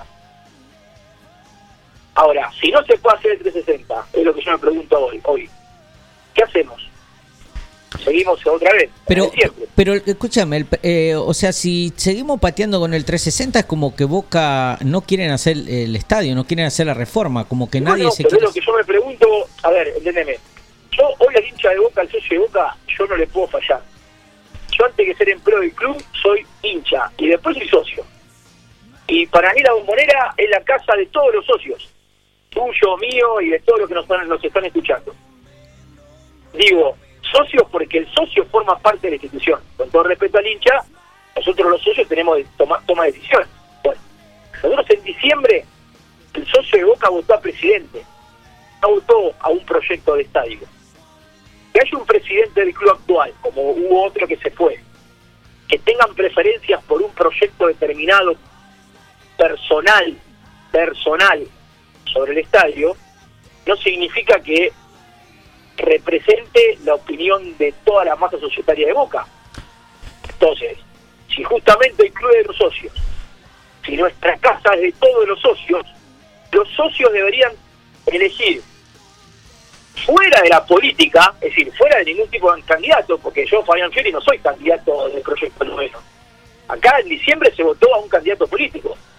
Ahora, si no se puede hacer el trescientos sesenta, es lo que yo me pregunto hoy, hoy, ¿qué hacemos? Seguimos otra vez. Pero, pero escúchame, el, eh, o sea, si seguimos pateando con el trescientos sesenta es como que Boca no quieren hacer el estadio, no quieren hacer la reforma, como que no, nadie no, se pero quiere... es lo que yo me pregunto, a ver, entendeme, yo hoy al hincha de Boca, al socio de Boca, yo no le puedo fallar. Yo antes que ser empleado del club, soy hincha y después soy socio. Y para mí la Bombonera es la casa de todos los socios, tuyo, mío y de todos los que nos, nos están escuchando. Digo, socios porque el socio forma parte de la institución. Con todo respeto al hincha, nosotros los socios tenemos que toma, toma decisiones. Bueno, nosotros en diciembre, el socio de Boca votó a presidente, no votó a un proyecto de estadio. Que haya un presidente del club actual, como hubo otro que se fue, que tengan preferencias por un proyecto determinado, personal, personal, sobre el estadio, no significa que represente la opinión de toda la masa societaria de Boca. Entonces, si justamente el club de los socios, si nuestra casa es de todos los socios, los socios deberían elegir fuera de la política, es decir, fuera de ningún tipo de candidato, porque yo, Fabián Fiori, no soy candidato del proyecto Loveno. Acá en diciembre se votó a un candidato político.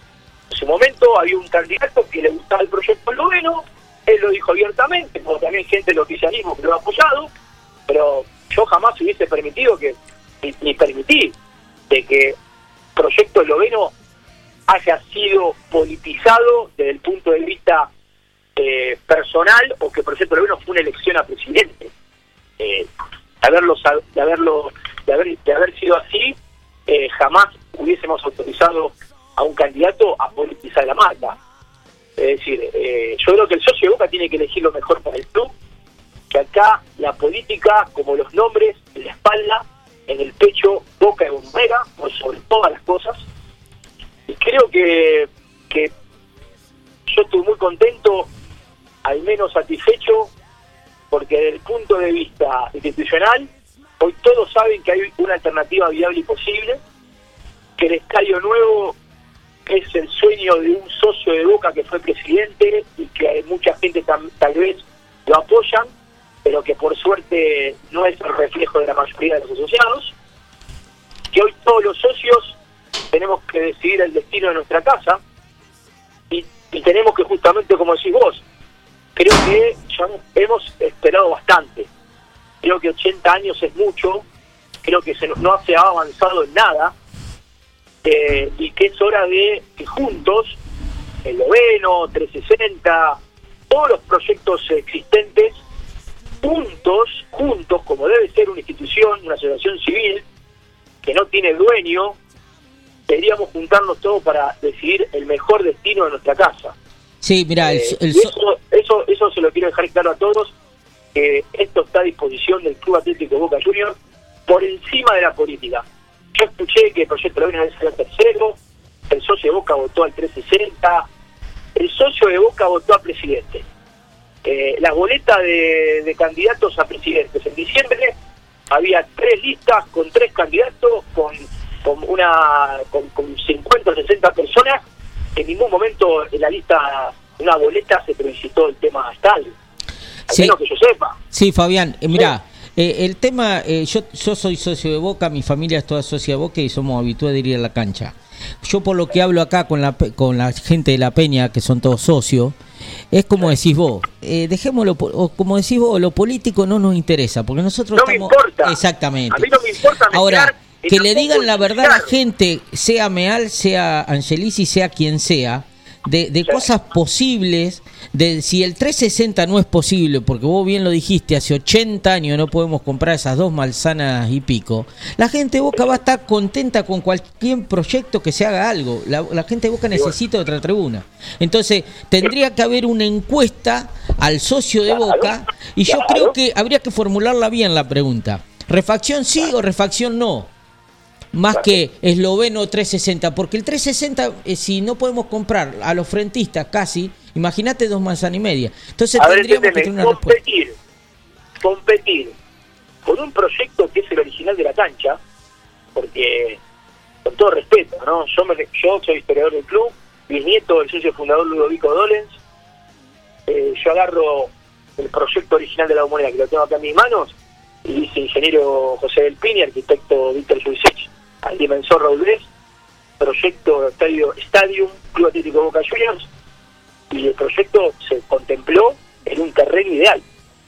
En su momento había un candidato que le gustaba el proyecto Loveno, él lo dijo abiertamente, como también gente del oficialismo que lo ha apoyado, pero yo jamás hubiese permitido que, ni, ni permití, de que proyecto Loveno haya sido politizado desde el punto de vista eh, personal, o que proyecto Loveno fue una elección a presidente. Eh, de haberlo, de haberlo, de haber, de haber sido así, eh, jamás hubiésemos autorizado a un candidato a politizar la marca. Es decir, eh, yo creo que el socio de Boca tiene que elegir lo mejor para el club, que acá la política, como los nombres, en la espalda, en el pecho, Boca es bombera, por sobre todas las cosas. Y creo que, que yo estoy muy contento, al menos satisfecho, porque desde el punto de vista institucional, hoy todos saben que hay una alternativa viable y posible, que el estadio nuevo es el sueño de un socio de Boca que fue presidente y que mucha gente tam, tal vez lo apoyan, pero que por suerte no es el reflejo de la mayoría de los asociados, que hoy todos los socios tenemos que decidir el destino de nuestra casa y, y tenemos que, justamente como decís vos, creo que ya hemos esperado bastante, creo que ochenta años es mucho, creo que se, no se ha avanzado en nada, eh, y que es hora de que juntos, el Loveno, trescientos sesenta, todos los proyectos existentes, juntos, juntos, como debe ser una institución, una asociación civil, que no tiene dueño, deberíamos juntarnos todos para decidir el mejor destino de nuestra casa. Sí, mira, eh, el, el eso, eso, eso se lo quiero dejar claro a todos, que esto está a disposición del Club Atlético Boca Juniors por encima de la política. Yo escuché que el proyecto Loveno debe ser el tercero, el socio de Boca votó al trescientos sesenta, el socio de Boca votó a presidente. Eh, la boleta de, de candidatos a presidentes en diciembre había tres listas con tres candidatos, con, con una con, con cincuenta o sesenta personas. En ningún momento en la lista, una boleta, se previsitó el tema estadio, al sí. menos que yo sepa. Sí, Fabián, eh, mira, eh, el tema, eh, yo yo soy socio de Boca, mi familia es toda socia de Boca y somos habituados de ir a la cancha. Yo por lo que hablo acá con la con la gente de la Peña, que son todos socios, es como decís vos, eh, dejémoslo, o como decís vos, lo político no nos interesa, porque nosotros no estamos... me importa. Exactamente. A mí no me importa. Ahora, que le digan la verdad a la gente, sea Meal, sea Angelici, sea quien sea, de, de sí. cosas posibles, de si el trescientos sesenta no es posible, porque vos bien lo dijiste, hace ochenta años no podemos comprar esas dos manzanas y pico, la gente de Boca va a estar contenta con cualquier proyecto que se haga algo. La, la gente de Boca necesita otra tribuna. Entonces, tendría que haber una encuesta al socio de Boca, y yo creo que habría que formularla bien la pregunta. ¿Refacción sí o refacción no? Más que esloveno trescientos sesenta, porque el trescientos sesenta, eh, si no podemos comprar a los frentistas casi, imagínate dos manzanas y media. Entonces a tendríamos ver, que tener una competir, respuesta. competir con un proyecto que es el original de la cancha, porque, con todo respeto, ¿no? Yo, me, yo soy historiador del club, bisnieto del socio fundador Ludovico Dolens, eh, yo agarro el proyecto original de la Bombonera, que lo tengo acá en mis manos, y dice ingeniero José del Pini, arquitecto Víctor Jurisic, al dimensor Raudés, proyecto Estadio Stadium, Club Atlético Boca Juniors, y el proyecto se contempló en un terreno ideal,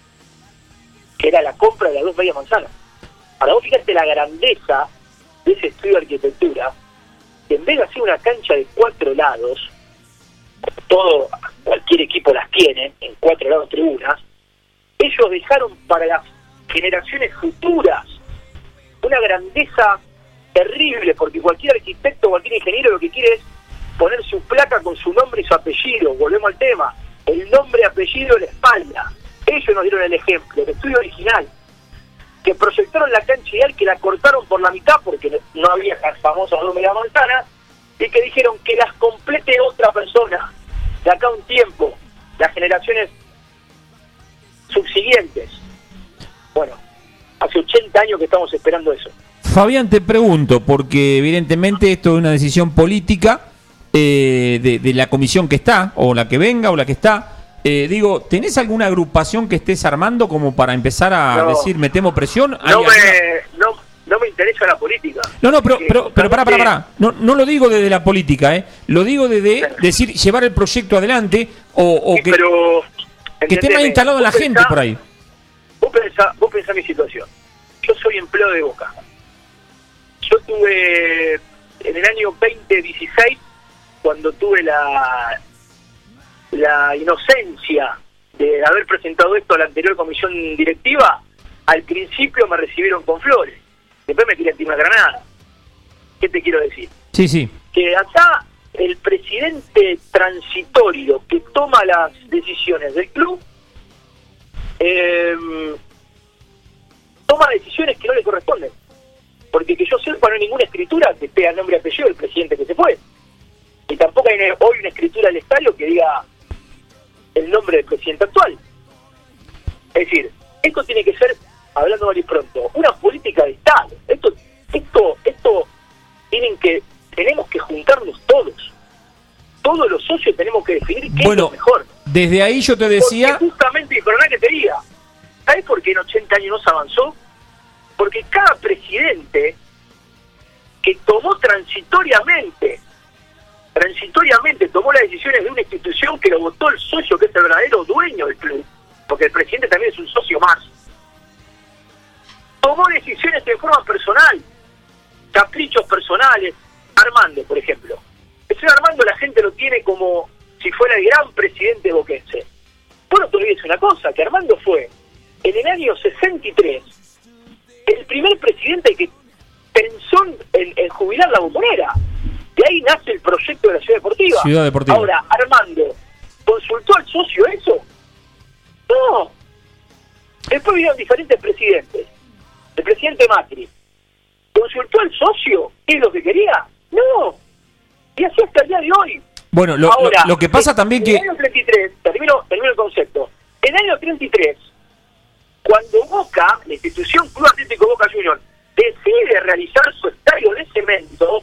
que era la compra de las dos medias manzanas. Ahora vos fíjate la grandeza de ese estudio de arquitectura, que en vez de hacer una cancha de cuatro lados, todo, cualquier equipo las tiene, en cuatro lados tribunas, ellos dejaron para las generaciones futuras una grandeza terrible, porque cualquier arquitecto, cualquier ingeniero lo que quiere es poner su placa con su nombre y su apellido. Volvemos al tema, el nombre y apellido en la espalda. Ellos nos dieron el ejemplo, el estudio original, que proyectaron la cancha ideal, que la cortaron por la mitad porque no había las famosas dos medias manzanas, y que dijeron que las complete otra persona de acá a un tiempo, las generaciones subsiguientes. Bueno, hace ochenta años que estamos esperando eso. Fabián, te pregunto, porque evidentemente esto es una decisión política eh, de, de la comisión que está, o la que venga, o la que está. Eh, digo, ¿tenés alguna agrupación que estés armando como para empezar a no, decir, metemos presión? No me, no, no me pertenece a la política. No, no, pero, Que pero, pero pará, pará, justamente- pará. No, no lo digo desde la política, ¿eh? Lo digo desde decir, llevar el proyecto adelante o, o Sí, que, pero, que esté más entendeme, instalado en la vos gente pensá- por ahí. Vos pensá, vos pensá mi situación. Yo soy empleado de Boca. Yo tuve, en el año veinte dieciséis, cuando tuve la, la inocencia de haber presentado esto a la anterior comisión directiva, al principio me recibieron con flores. Después me querían tirar una granada. ¿Qué te quiero decir? Sí, sí. Que acá el presidente transitorio que toma las decisiones del club eh, toma decisiones que no le corresponden, porque que yo sepa no hay ninguna escritura que esté a nombre y apellido del presidente que se fue, y tampoco hay una- hoy una escritura del estadio que diga el nombre del presidente actual. Es decir, esto tiene que ser, hablando mal y pronto, una política de Estado. Esto, esto, esto tienen que, tenemos que juntarnos todos. Todos los socios tenemos que definir qué Bueno, es lo mejor. Desde ahí yo te decía, Porque justamente, y perdona que te diga, ¿sabes por qué en ochenta años no se avanzó? Porque cada presidente que tomó transitoriamente, transitoriamente tomó las decisiones de una institución que lo votó el socio, que es el verdadero dueño del club, porque el presidente también es un socio más, tomó decisiones de forma personal, caprichos personales. Armando, por ejemplo. El señor Armando la gente lo tiene como si fuera el gran presidente boquense. Vos no te olvides una cosa, que Armando fue, en el año sesenta y tres, el primer presidente que pensó en, en jubilar la Bombonera. De ahí nace el proyecto de la Ciudad Deportiva. Ciudad Deportiva. Ahora, Armando, ¿consultó al socio eso? No. Después vinieron diferentes presidentes. El presidente Macri. ¿Consultó al socio qué es lo que quería? No. Y así hasta el día de hoy. bueno, lo, Ahora, lo, lo que pasa también en que... el año treinta y tres, termino, termino el concepto. En el año treinta y tres, cuando Boca, la institución Club Atlético Boca Juniors, decide realizar su estadio de cemento,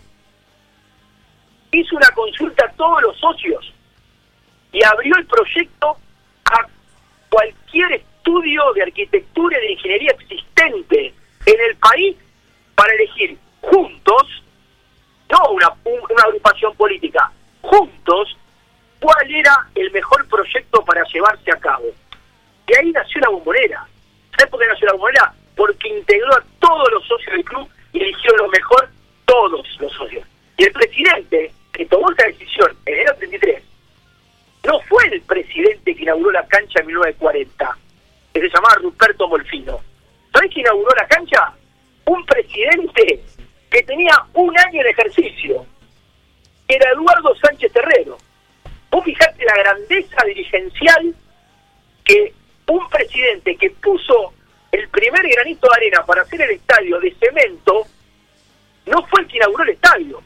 hizo una consulta a todos los socios y abrió el proyecto a cualquier estudio de arquitectura y de ingeniería existente en el país para elegir juntos, no una, un- una agrupación política, juntos, cuál era el mejor proyecto para llevarse a cabo. Y ahí nació la Bombonera. ¿Sabes por qué nació la Bombonera? Porque integró a todos los socios del club y eligió lo mejor todos los socios. Y el presidente que tomó esa decisión en el año treinta y tres no fue el presidente que inauguró la cancha en mil novecientos cuarenta, que se llamaba Ruperto Molfino. ¿Sabés quién inauguró la cancha? Un presidente que tenía un año de ejercicio, que era Eduardo Sánchez Terrero. Vos fijate la grandeza dirigencial que un presidente que puso el primer granito de arena para hacer el estadio de cemento, no fue el que inauguró el estadio.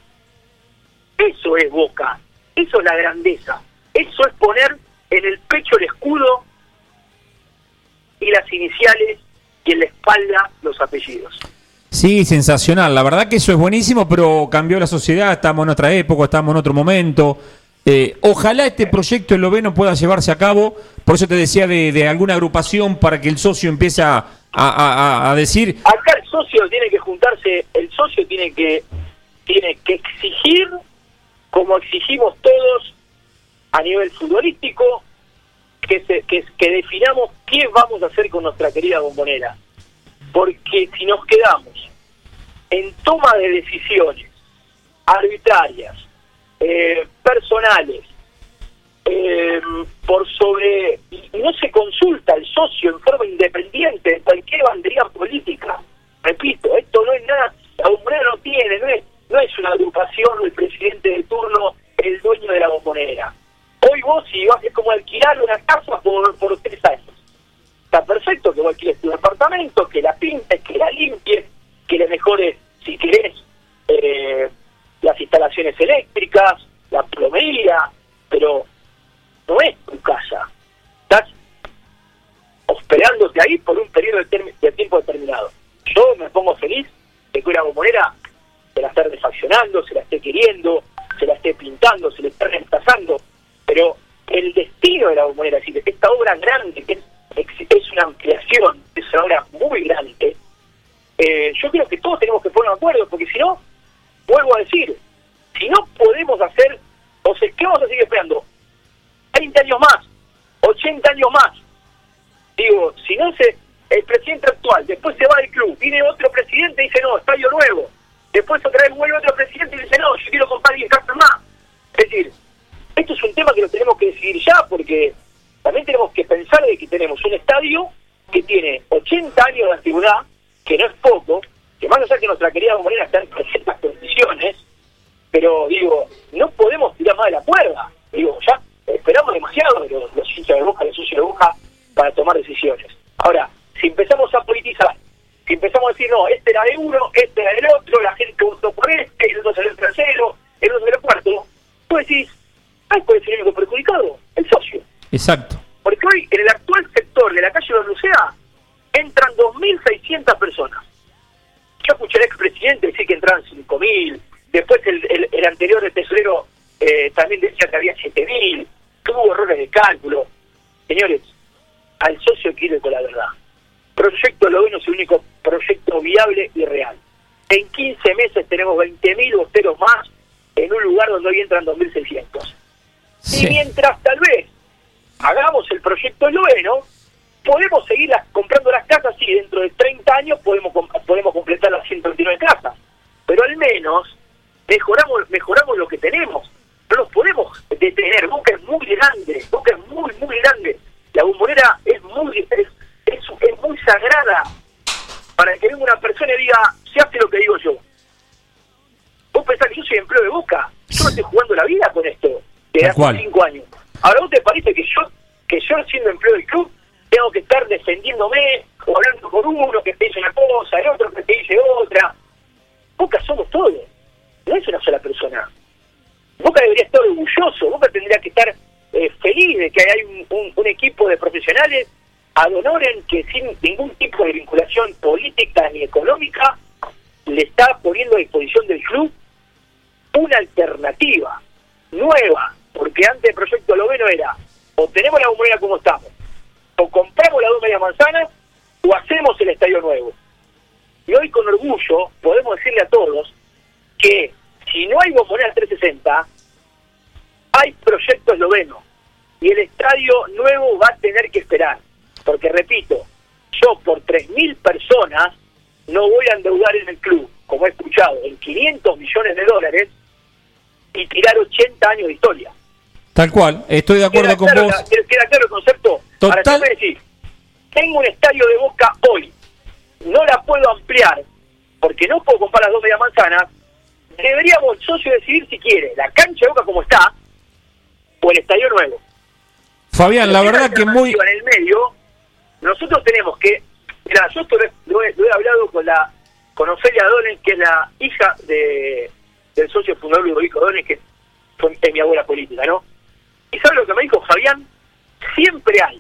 Eso es Boca, eso es la grandeza, eso es poner en el pecho el escudo y las iniciales y en la espalda los apellidos. Sí, sensacional. La verdad que eso es buenísimo, pero cambió la sociedad, estamos en otra época, estamos en otro momento. Eh, ojalá este proyecto el Oveno pueda llevarse a cabo, por eso te decía de, de alguna agrupación para que el socio empiece a, a, a- a decir... Acá el socio tiene que juntarse, el socio tiene que tiene que exigir, como exigimos todos a nivel futbolístico, que, se, que, que definamos qué vamos a hacer con nuestra querida Bombonera. Porque si nos quedamos en toma de decisiones arbitrarias, eh, personales, eh, por sobre, y no se consulta al socio en forma independiente de cualquier bandería política. Repito, esto no es nada, la Bombonera no tiene, no es, no es una agrupación del presidente de turno, el dueño de la Bombonera. Hoy vos, si vas, es como alquilar una casa por, por tres años. Está perfecto que vos alquiles tu departamento, que la pintes, que la limpies, que le mejores, si querés, eh, las instalaciones eléctricas, la plomería, pero no es tu casa. Estás hospedándote ahí por un periodo de, term- de tiempo determinado. Yo me pongo feliz de que una Bombonera se la esté refaccionando, se la esté queriendo, se la esté pintando, se la esté reemplazando, pero el destino de la Bombonera, es decir, esta obra grande, que es, es una ampliación, es una obra muy grande, eh, yo creo que todos tenemos que ponernos de acuerdo, porque si no, vuelvo a decir, si no podemos hacer, o sea, ¿qué vamos a seguir esperando? veinte años más, ochenta años más. Digo, si no se, el presidente actual, después se va del club, viene otro presidente y dice, no, estadio nuevo. Después otra vez vuelve otro presidente y dice, no, yo quiero comprar diez cartas más. Es decir, esto es un tema que lo tenemos que decidir ya, porque también tenemos que pensar de que tenemos un estadio que tiene ochenta años de antigüedad, que no es poco, que más allá que nuestra querida Bombonera está en perfectas condiciones, pero digo, no podemos tirar más de la cuerda. Digo, ya esperamos demasiado de los, los hinchas de Boca, los socios de Boca, para tomar decisiones. Ahora, si empezamos a politizar, si empezamos a decir, no, este era de uno, este era del otro, la gente votó por este, el otro salió el tercero, el otro salió el cuarto, tú decís, ay, puede ser el único perjudicado, el socio. Exacto. Porque hoy, en el actual sector de la calle Berlucea, entran dos mil seiscientas personas. Yo escuché al expresidente decir que entraban cinco mil, después el, el, el anterior el tesorero eh, también decía que había siete mil, tuvo errores de cálculo. Señores, al socio hay que irle con la verdad. Proyecto Loveno es el único proyecto viable y real. En quince meses tenemos veinte mil bosteros más en un lugar donde hoy entran dos mil seiscientos. Sí. Y mientras tal vez hagamos el proyecto Loveno, podemos seguir las, comprando las casas y dentro de treinta años podemos podemos completar las ciento veintinueve casas. Pero al menos mejoramos mejoramos lo que tenemos. No nos podemos detener. Boca es muy grande, Boca es muy, muy grande. La Bombonera es muy es, es, es muy sagrada para que venga una persona y diga, se hace lo que digo yo. Vos pensás que yo soy empleo de Boca, yo no estoy jugando la vida con esto desde hace cinco años. Ahora, ¿vos te parece que yo, que yo siendo empleo del club, tengo que estar defendiéndome o hablando con uno que te dice una cosa, el otro que te dice otra? Boca somos todos, no es una sola persona. Boca debería estar orgulloso, Boca tendría que estar eh, feliz de que hay un, un, un equipo de profesionales ad honorem que sin ningún tipo de vinculación política ni económica le está poniendo a disposición del club una alternativa nueva, porque antes el proyecto Loveno era o tenemos la Bombonera como estamos, o compramos las dos medias manzanas, o hacemos el estadio nuevo. Y hoy con orgullo podemos decirle a todos que si no hay Bombonera trescientos sesenta, hay proyecto Loveno, y el estadio nuevo va a tener que esperar, porque repito, yo por tres mil personas no voy a endeudar en el club, como he escuchado, en quinientos millones de dólares y tirar ochenta años de historia. Tal cual, estoy de acuerdo con claro, vos. La, queda claro el concepto. Total. Para que me decís, tengo un estadio de Boca hoy, no la puedo ampliar porque no puedo comprar las dos medias manzanas. Deberíamos el socio decidir si quiere la cancha de Boca como está o el estadio nuevo. Fabián, la verdad que muy... En el medio, nosotros tenemos que... Mirá, yo esto lo he, lo he hablado con la con Ofelia Dones, que es la hija de del socio fundador Ludovico Dones, que fue, es mi abuela política, ¿no? ¿Y sabes lo que me dijo Fabián? Siempre hay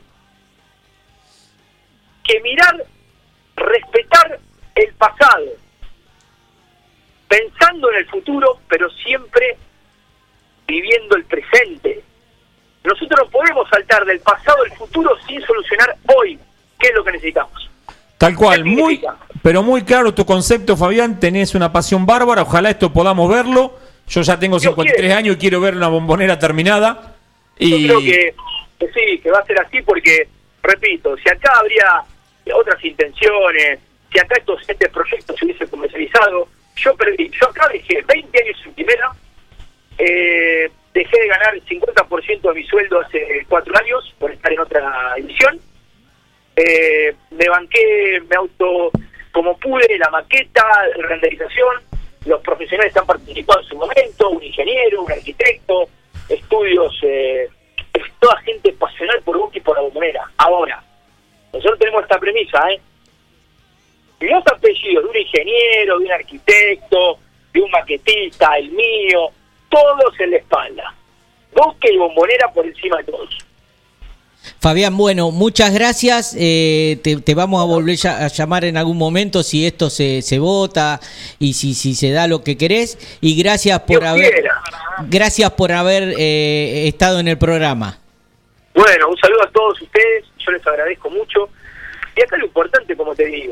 que mirar, respetar el pasado, pensando en el futuro, pero siempre viviendo el presente. Nosotros no podemos saltar del pasado al futuro sin solucionar hoy qué es lo que necesitamos. Tal cual, muy, pero muy claro tu concepto, Fabián. Tenés una pasión bárbara, ojalá esto podamos verlo. Yo ya tengo cincuenta y tres años y quiero ver una Bombonera terminada. Y... Yo creo que, que sí, que va a ser así porque, repito, si acá habría otras intenciones, si acá estos este proyectos se hubiesen comercializado, yo perdí, yo acá dejé veinte años en primera, eh, dejé de ganar el cincuenta por ciento de mi sueldo hace cuatro años por estar en otra división. Eh, me banqué, me auto, como pude, la maqueta, la renderización. Los profesionales han participado en su momento, un ingeniero, un arquitecto, estudios, eh, es toda gente pasional por un tipo de la Bombonera. Ahora, nosotros tenemos esta premisa, ¿eh? Los apellidos de un ingeniero, de un arquitecto, de un maquetista, el mío, todos en la espalda. Boca y Bombonera por encima de todos. Fabián, bueno, muchas gracias. Eh, te, te vamos a volver a llamar en algún momento si esto se, se vota y si, si se da lo que querés. Y gracias por Dios haber quiera. gracias por haber eh, estado en el programa. Bueno, un saludo a todos ustedes. Yo les agradezco mucho. Y acá lo importante, como te digo,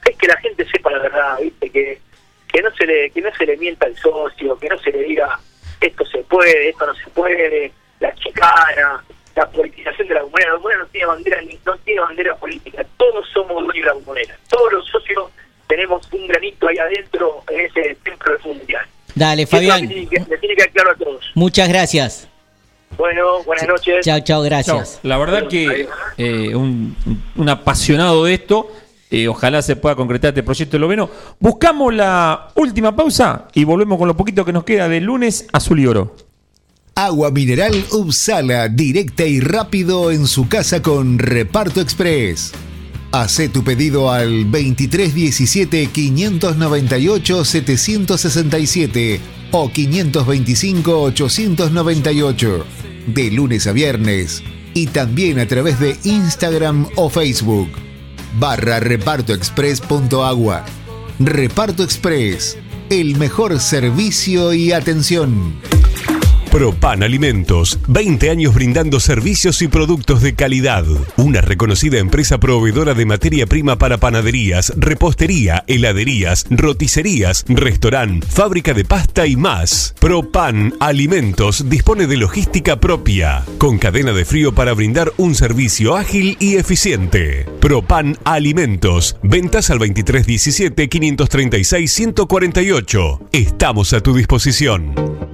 es que la gente sepa la verdad, ¿viste? Que, que no se le que no se le mienta al socio, que no se le diga esto se puede, esto no se puede, la chicana, la politización de la Bombonera. La Bombonera no tiene bandera, no tiene bandera política, todos somos dueños de la Bombonera, todos los socios tenemos un granito ahí adentro en ese templo del mundial. Dale, Fabián. Le tiene, que, le tiene que quedar claro a todos. Muchas gracias. Bueno, buenas noches. Chao, chao, gracias. Chao. La verdad que eh, un, un apasionado de esto. Eh, ojalá se pueda concretar este proyecto de Loveno. Buscamos la última pausa y volvemos con lo poquito que nos queda de lunes Azul y Oro. Agua mineral Upsala, directa y rápido en su casa con Reparto Express. Hacé tu pedido al veintitrés diecisiete, quinientos noventa y ocho, setecientos sesenta y siete o quinientos veinticinco, ochocientos noventa y ocho. De lunes a viernes y también a través de Instagram o Facebook. Barra repartoexpress.agua. Reparto Express, el mejor servicio y atención. Propan Alimentos, veinte años brindando servicios y productos de calidad. Una reconocida empresa proveedora de materia prima para panaderías, repostería, heladerías, roticerías, restaurant, fábrica de pasta y más. Propan Alimentos dispone de logística propia, con cadena de frío para brindar un servicio ágil y eficiente. Propan Alimentos, ventas al veintitrés diecisiete, quinientos treinta y seis, ciento cuarenta y ocho. Estamos a tu disposición.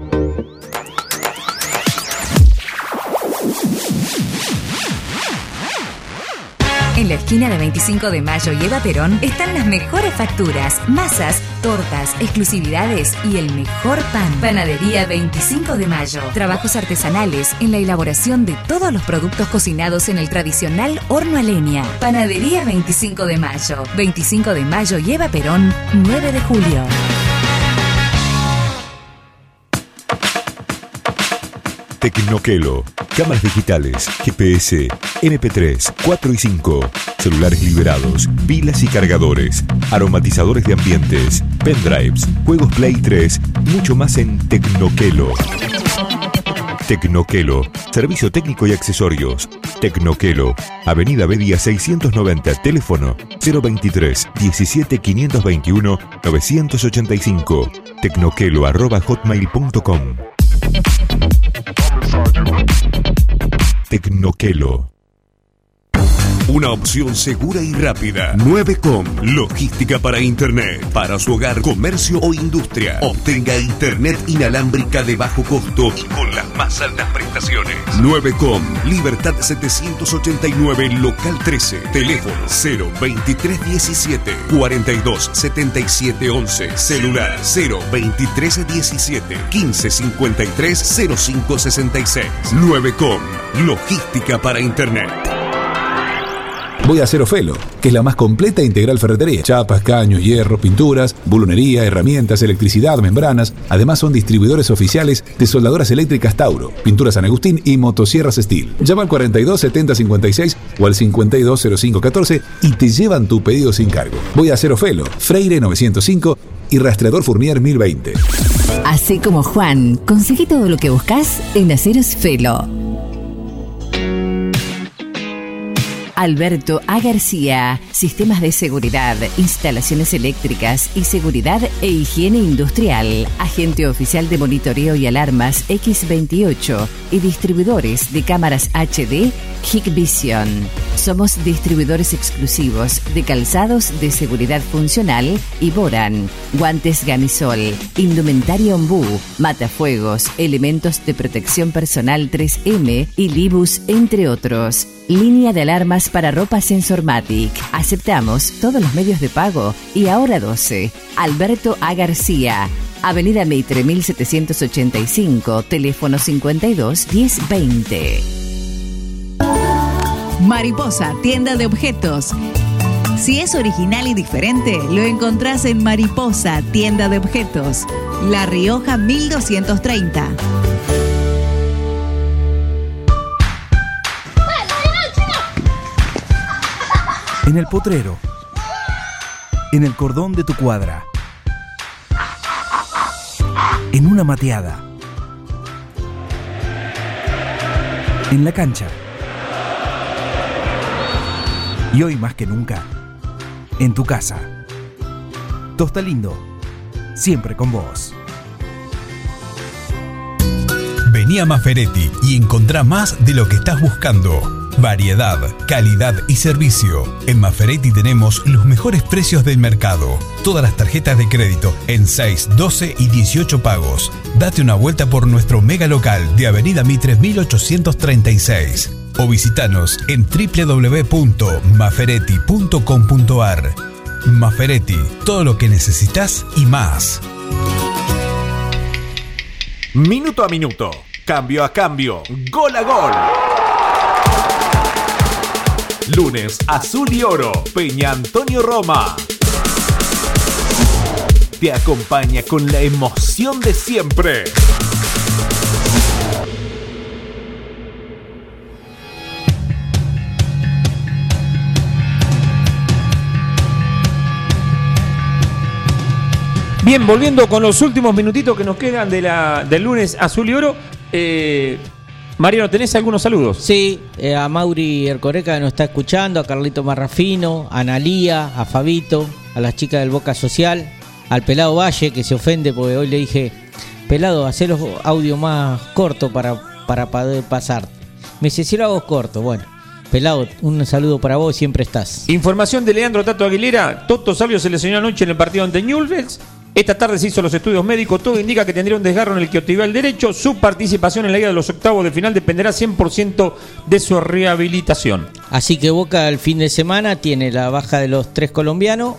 En la esquina de veinticinco de mayo y Eva Perón están las mejores facturas, masas, tortas, exclusividades y el mejor pan. Panadería veinticinco de mayo. Trabajos artesanales en la elaboración de todos los productos cocinados en el tradicional horno a leña. Panadería veinticinco de mayo. veinticinco de mayo y Eva Perón, nueve de julio. Tecnoquelo, cámaras digitales, G P S, eme pe tres, cuatro y cinco, celulares liberados, pilas y cargadores, aromatizadores de ambientes, pendrives, juegos Play tres, mucho más en Tecnoquelo. Tecnoquelo, servicio técnico y accesorios. Tecnoquelo, Avenida Bedia seiscientos noventa, teléfono cero veintitrés, diecisiete, quinientos veintiuno, novecientos ochenta y cinco, tecnoquelo arroba hotmail punto com. Tecnoquelo. Una opción segura y rápida. nueve com, logística para Internet, para su hogar, comercio o industria. Obtenga Internet inalámbrica de bajo costo y con las más altas prestaciones. nueve com, Libertad setecientos ochenta y nueve, local trece. Teléfono cero veintitrés diecisiete, cuarenta y dos, setenta y siete once. Celular cero veintitrés diecisiete, quince cincuenta y tres, cero cinco sesenta y seis. nueve com, logística para Internet. Voy a Acero Felo, que es la más completa e integral ferretería. Chapas, caños, hierro, pinturas, bulonería, herramientas, electricidad, membranas. Además son distribuidores oficiales de soldadoras eléctricas Tauro, pinturas San Agustín y motosierras Steel. Llama al cuarenta y dos, setenta, cincuenta y seis o al cincuenta y dos, cero cinco, catorce y te llevan tu pedido sin cargo. Voy a Acero Felo, Freire novecientos cinco y Rastreador Fournier mil veinte. Así como Juan, conseguí todo lo que buscas en Aceros Felo. Alberto A. García, sistemas de seguridad, instalaciones eléctricas y seguridad e higiene industrial, agente oficial de monitoreo y alarmas equis veintiocho y distribuidores de cámaras hache de Hikvision. Somos distribuidores exclusivos de calzados de seguridad funcional y Boran, guantes Gamisol, indumentaria Ombú, matafuegos, elementos de protección personal tres eme y Libus, entre otros. Línea de alarmas para ropa Sensormatic. Aceptamos todos los medios de pago y ahora doce. Alberto A. García, Avenida Mitre mil setecientos ochenta y cinco, teléfono cincuenta y dos, diez, veinte. Mariposa, tienda de objetos. Si es original y diferente, lo encontrás en Mariposa, tienda de objetos. La Rioja mil doscientos treinta. En el potrero, en el cordón de tu cuadra, en una mateada, en la cancha y hoy más que nunca, en tu casa. Tosta Lindo, siempre con vos. Vení a Maferetti y encontrá más de lo que estás buscando. Variedad, calidad y servicio. En Maferetti tenemos los mejores precios del mercado. Todas las tarjetas de crédito en seis, doce y dieciocho pagos. Date una vuelta por nuestro mega local de Avenida Mitre mil ochocientos treinta y seis o visitanos en doble u doble u doble u punto maferetti punto com punto a r. Maferetti, todo lo que necesitas y más. Minuto a minuto, cambio a cambio, gol a gol. Lunes Azul y Oro, Peña Antonio Roma. Te acompaña con la emoción de siempre. Bien, volviendo con los últimos minutitos que nos quedan de la, del lunes Azul y Oro. Eh, Mariano, ¿tenés algunos saludos? Sí, eh, a Mauri Ercoreca que nos está escuchando, a Carlito Marrafino, a Analía, a Fabito, a las chicas del Boca Social, al Pelado Valle que se ofende porque hoy le dije, Pelado, hacé los audios más cortos para, para poder pasar. Me dice, si lo hago corto, bueno. Pelado, un saludo para vos, siempre estás. Información de Leandro Tato Aguilera. Toto Salvio se lesionó anoche en el partido ante Newell's. Esta tarde se hizo los estudios médicos. Todo indica que tendría un desgarro en el isquiotibial derecho. Su participación en la ida de los octavos de final dependerá cien por ciento de su rehabilitación. Así que Boca el fin de semana tiene la baja de los tres colombianos,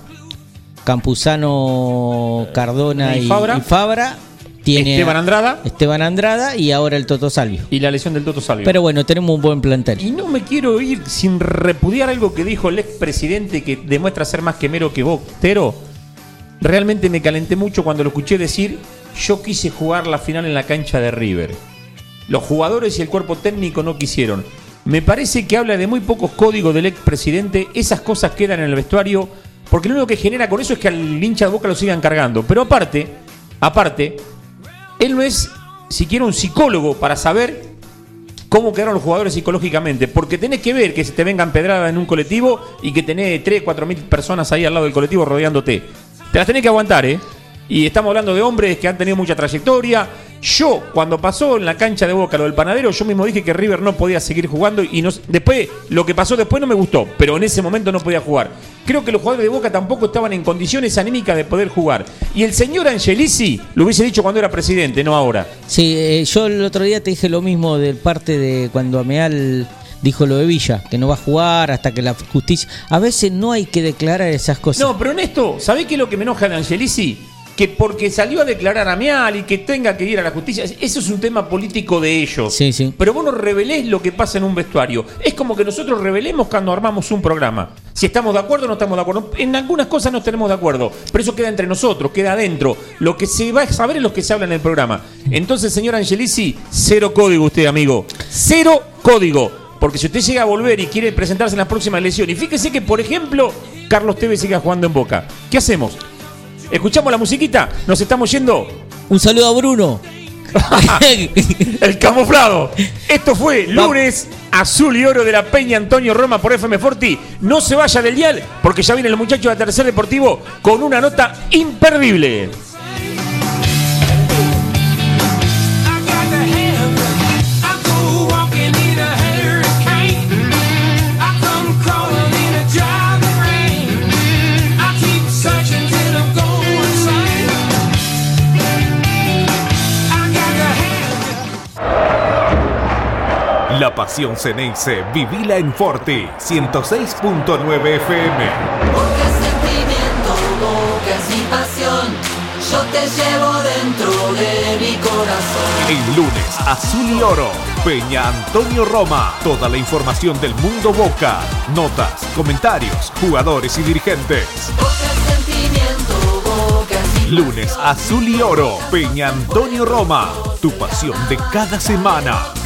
Campuzano, Cardona y, y Fabra. Y Fabra. Tiene Esteban Andrada. Esteban Andrada y ahora el Toto Salvio. Y la lesión del Toto Salvio. Pero bueno, tenemos un buen plantel. Y no me quiero ir sin repudiar algo que dijo el expresidente que demuestra ser más quemero que botero. Realmente me calenté mucho cuando lo escuché decir, yo quise jugar la final en la cancha de River. Los jugadores y el cuerpo técnico no quisieron. Me parece que habla de muy pocos códigos del expresidente. Esas cosas quedan en el vestuario porque lo único que genera con eso es que al hincha de Boca lo sigan cargando. Pero aparte, aparte, él no es siquiera un psicólogo para saber cómo quedaron los jugadores psicológicamente. Porque tenés que ver que se te vengan pedradas en un colectivo y que tenés tres, cuatro mil personas ahí al lado del colectivo rodeándote. Te las tenés que aguantar, ¿eh? Y estamos hablando de hombres que han tenido mucha trayectoria. Yo, cuando pasó en la cancha de Boca lo del Panadero, yo mismo dije que River no podía seguir jugando. Y no, después, lo que pasó después no me gustó, pero en ese momento no podía jugar. Creo que los jugadores de Boca tampoco estaban en condiciones anímicas de poder jugar. Y el señor Angelici lo hubiese dicho cuando era presidente, no ahora. Sí, eh, yo el otro día te dije lo mismo de parte de cuando Ameal dijo lo de Villa, que no va a jugar hasta que la justicia... A veces no hay que declarar esas cosas. No, pero en esto, ¿sabés qué es lo que me enoja de Angelici? Que porque salió a declarar a Meal y que tenga que ir a la justicia, eso es un tema político de ellos. Sí, sí. Pero vos no revelés lo que pasa en un vestuario. Es como que nosotros revelemos cuando armamos un programa. Si estamos de acuerdo o no estamos de acuerdo. En algunas cosas no tenemos de acuerdo, pero eso queda entre nosotros, queda adentro. Lo que se va a saber es lo que se habla en el programa. Entonces, señor Angelici, cero código usted, amigo. Cero código. Porque si usted llega a volver y quiere presentarse en la próxima elección, y fíjese que, por ejemplo, Carlos Tevez siga jugando en Boca, ¿qué hacemos? ¿Escuchamos la musiquita? ¿Nos estamos yendo? Un saludo a Bruno. El camuflado. Esto fue lunes Azul y Oro de la Peña Antonio Roma por F M Forti. No se vaya del dial porque ya vienen los muchachos de Tercer Deportivo con una nota imperdible. La pasión Ceneice, vivila en Forti, ciento seis punto nueve F M. Porque sentimiento, Boca es mi pasión, yo te llevo dentro de mi corazón. El lunes, Azul y Oro, Peña Antonio Roma. Toda la información del mundo Boca, notas, comentarios, jugadores y dirigentes. Boca es sentimiento, Boca es mi Lunes, Azul y Oro, Peña Antonio Roma. Tu pasión de cada semana.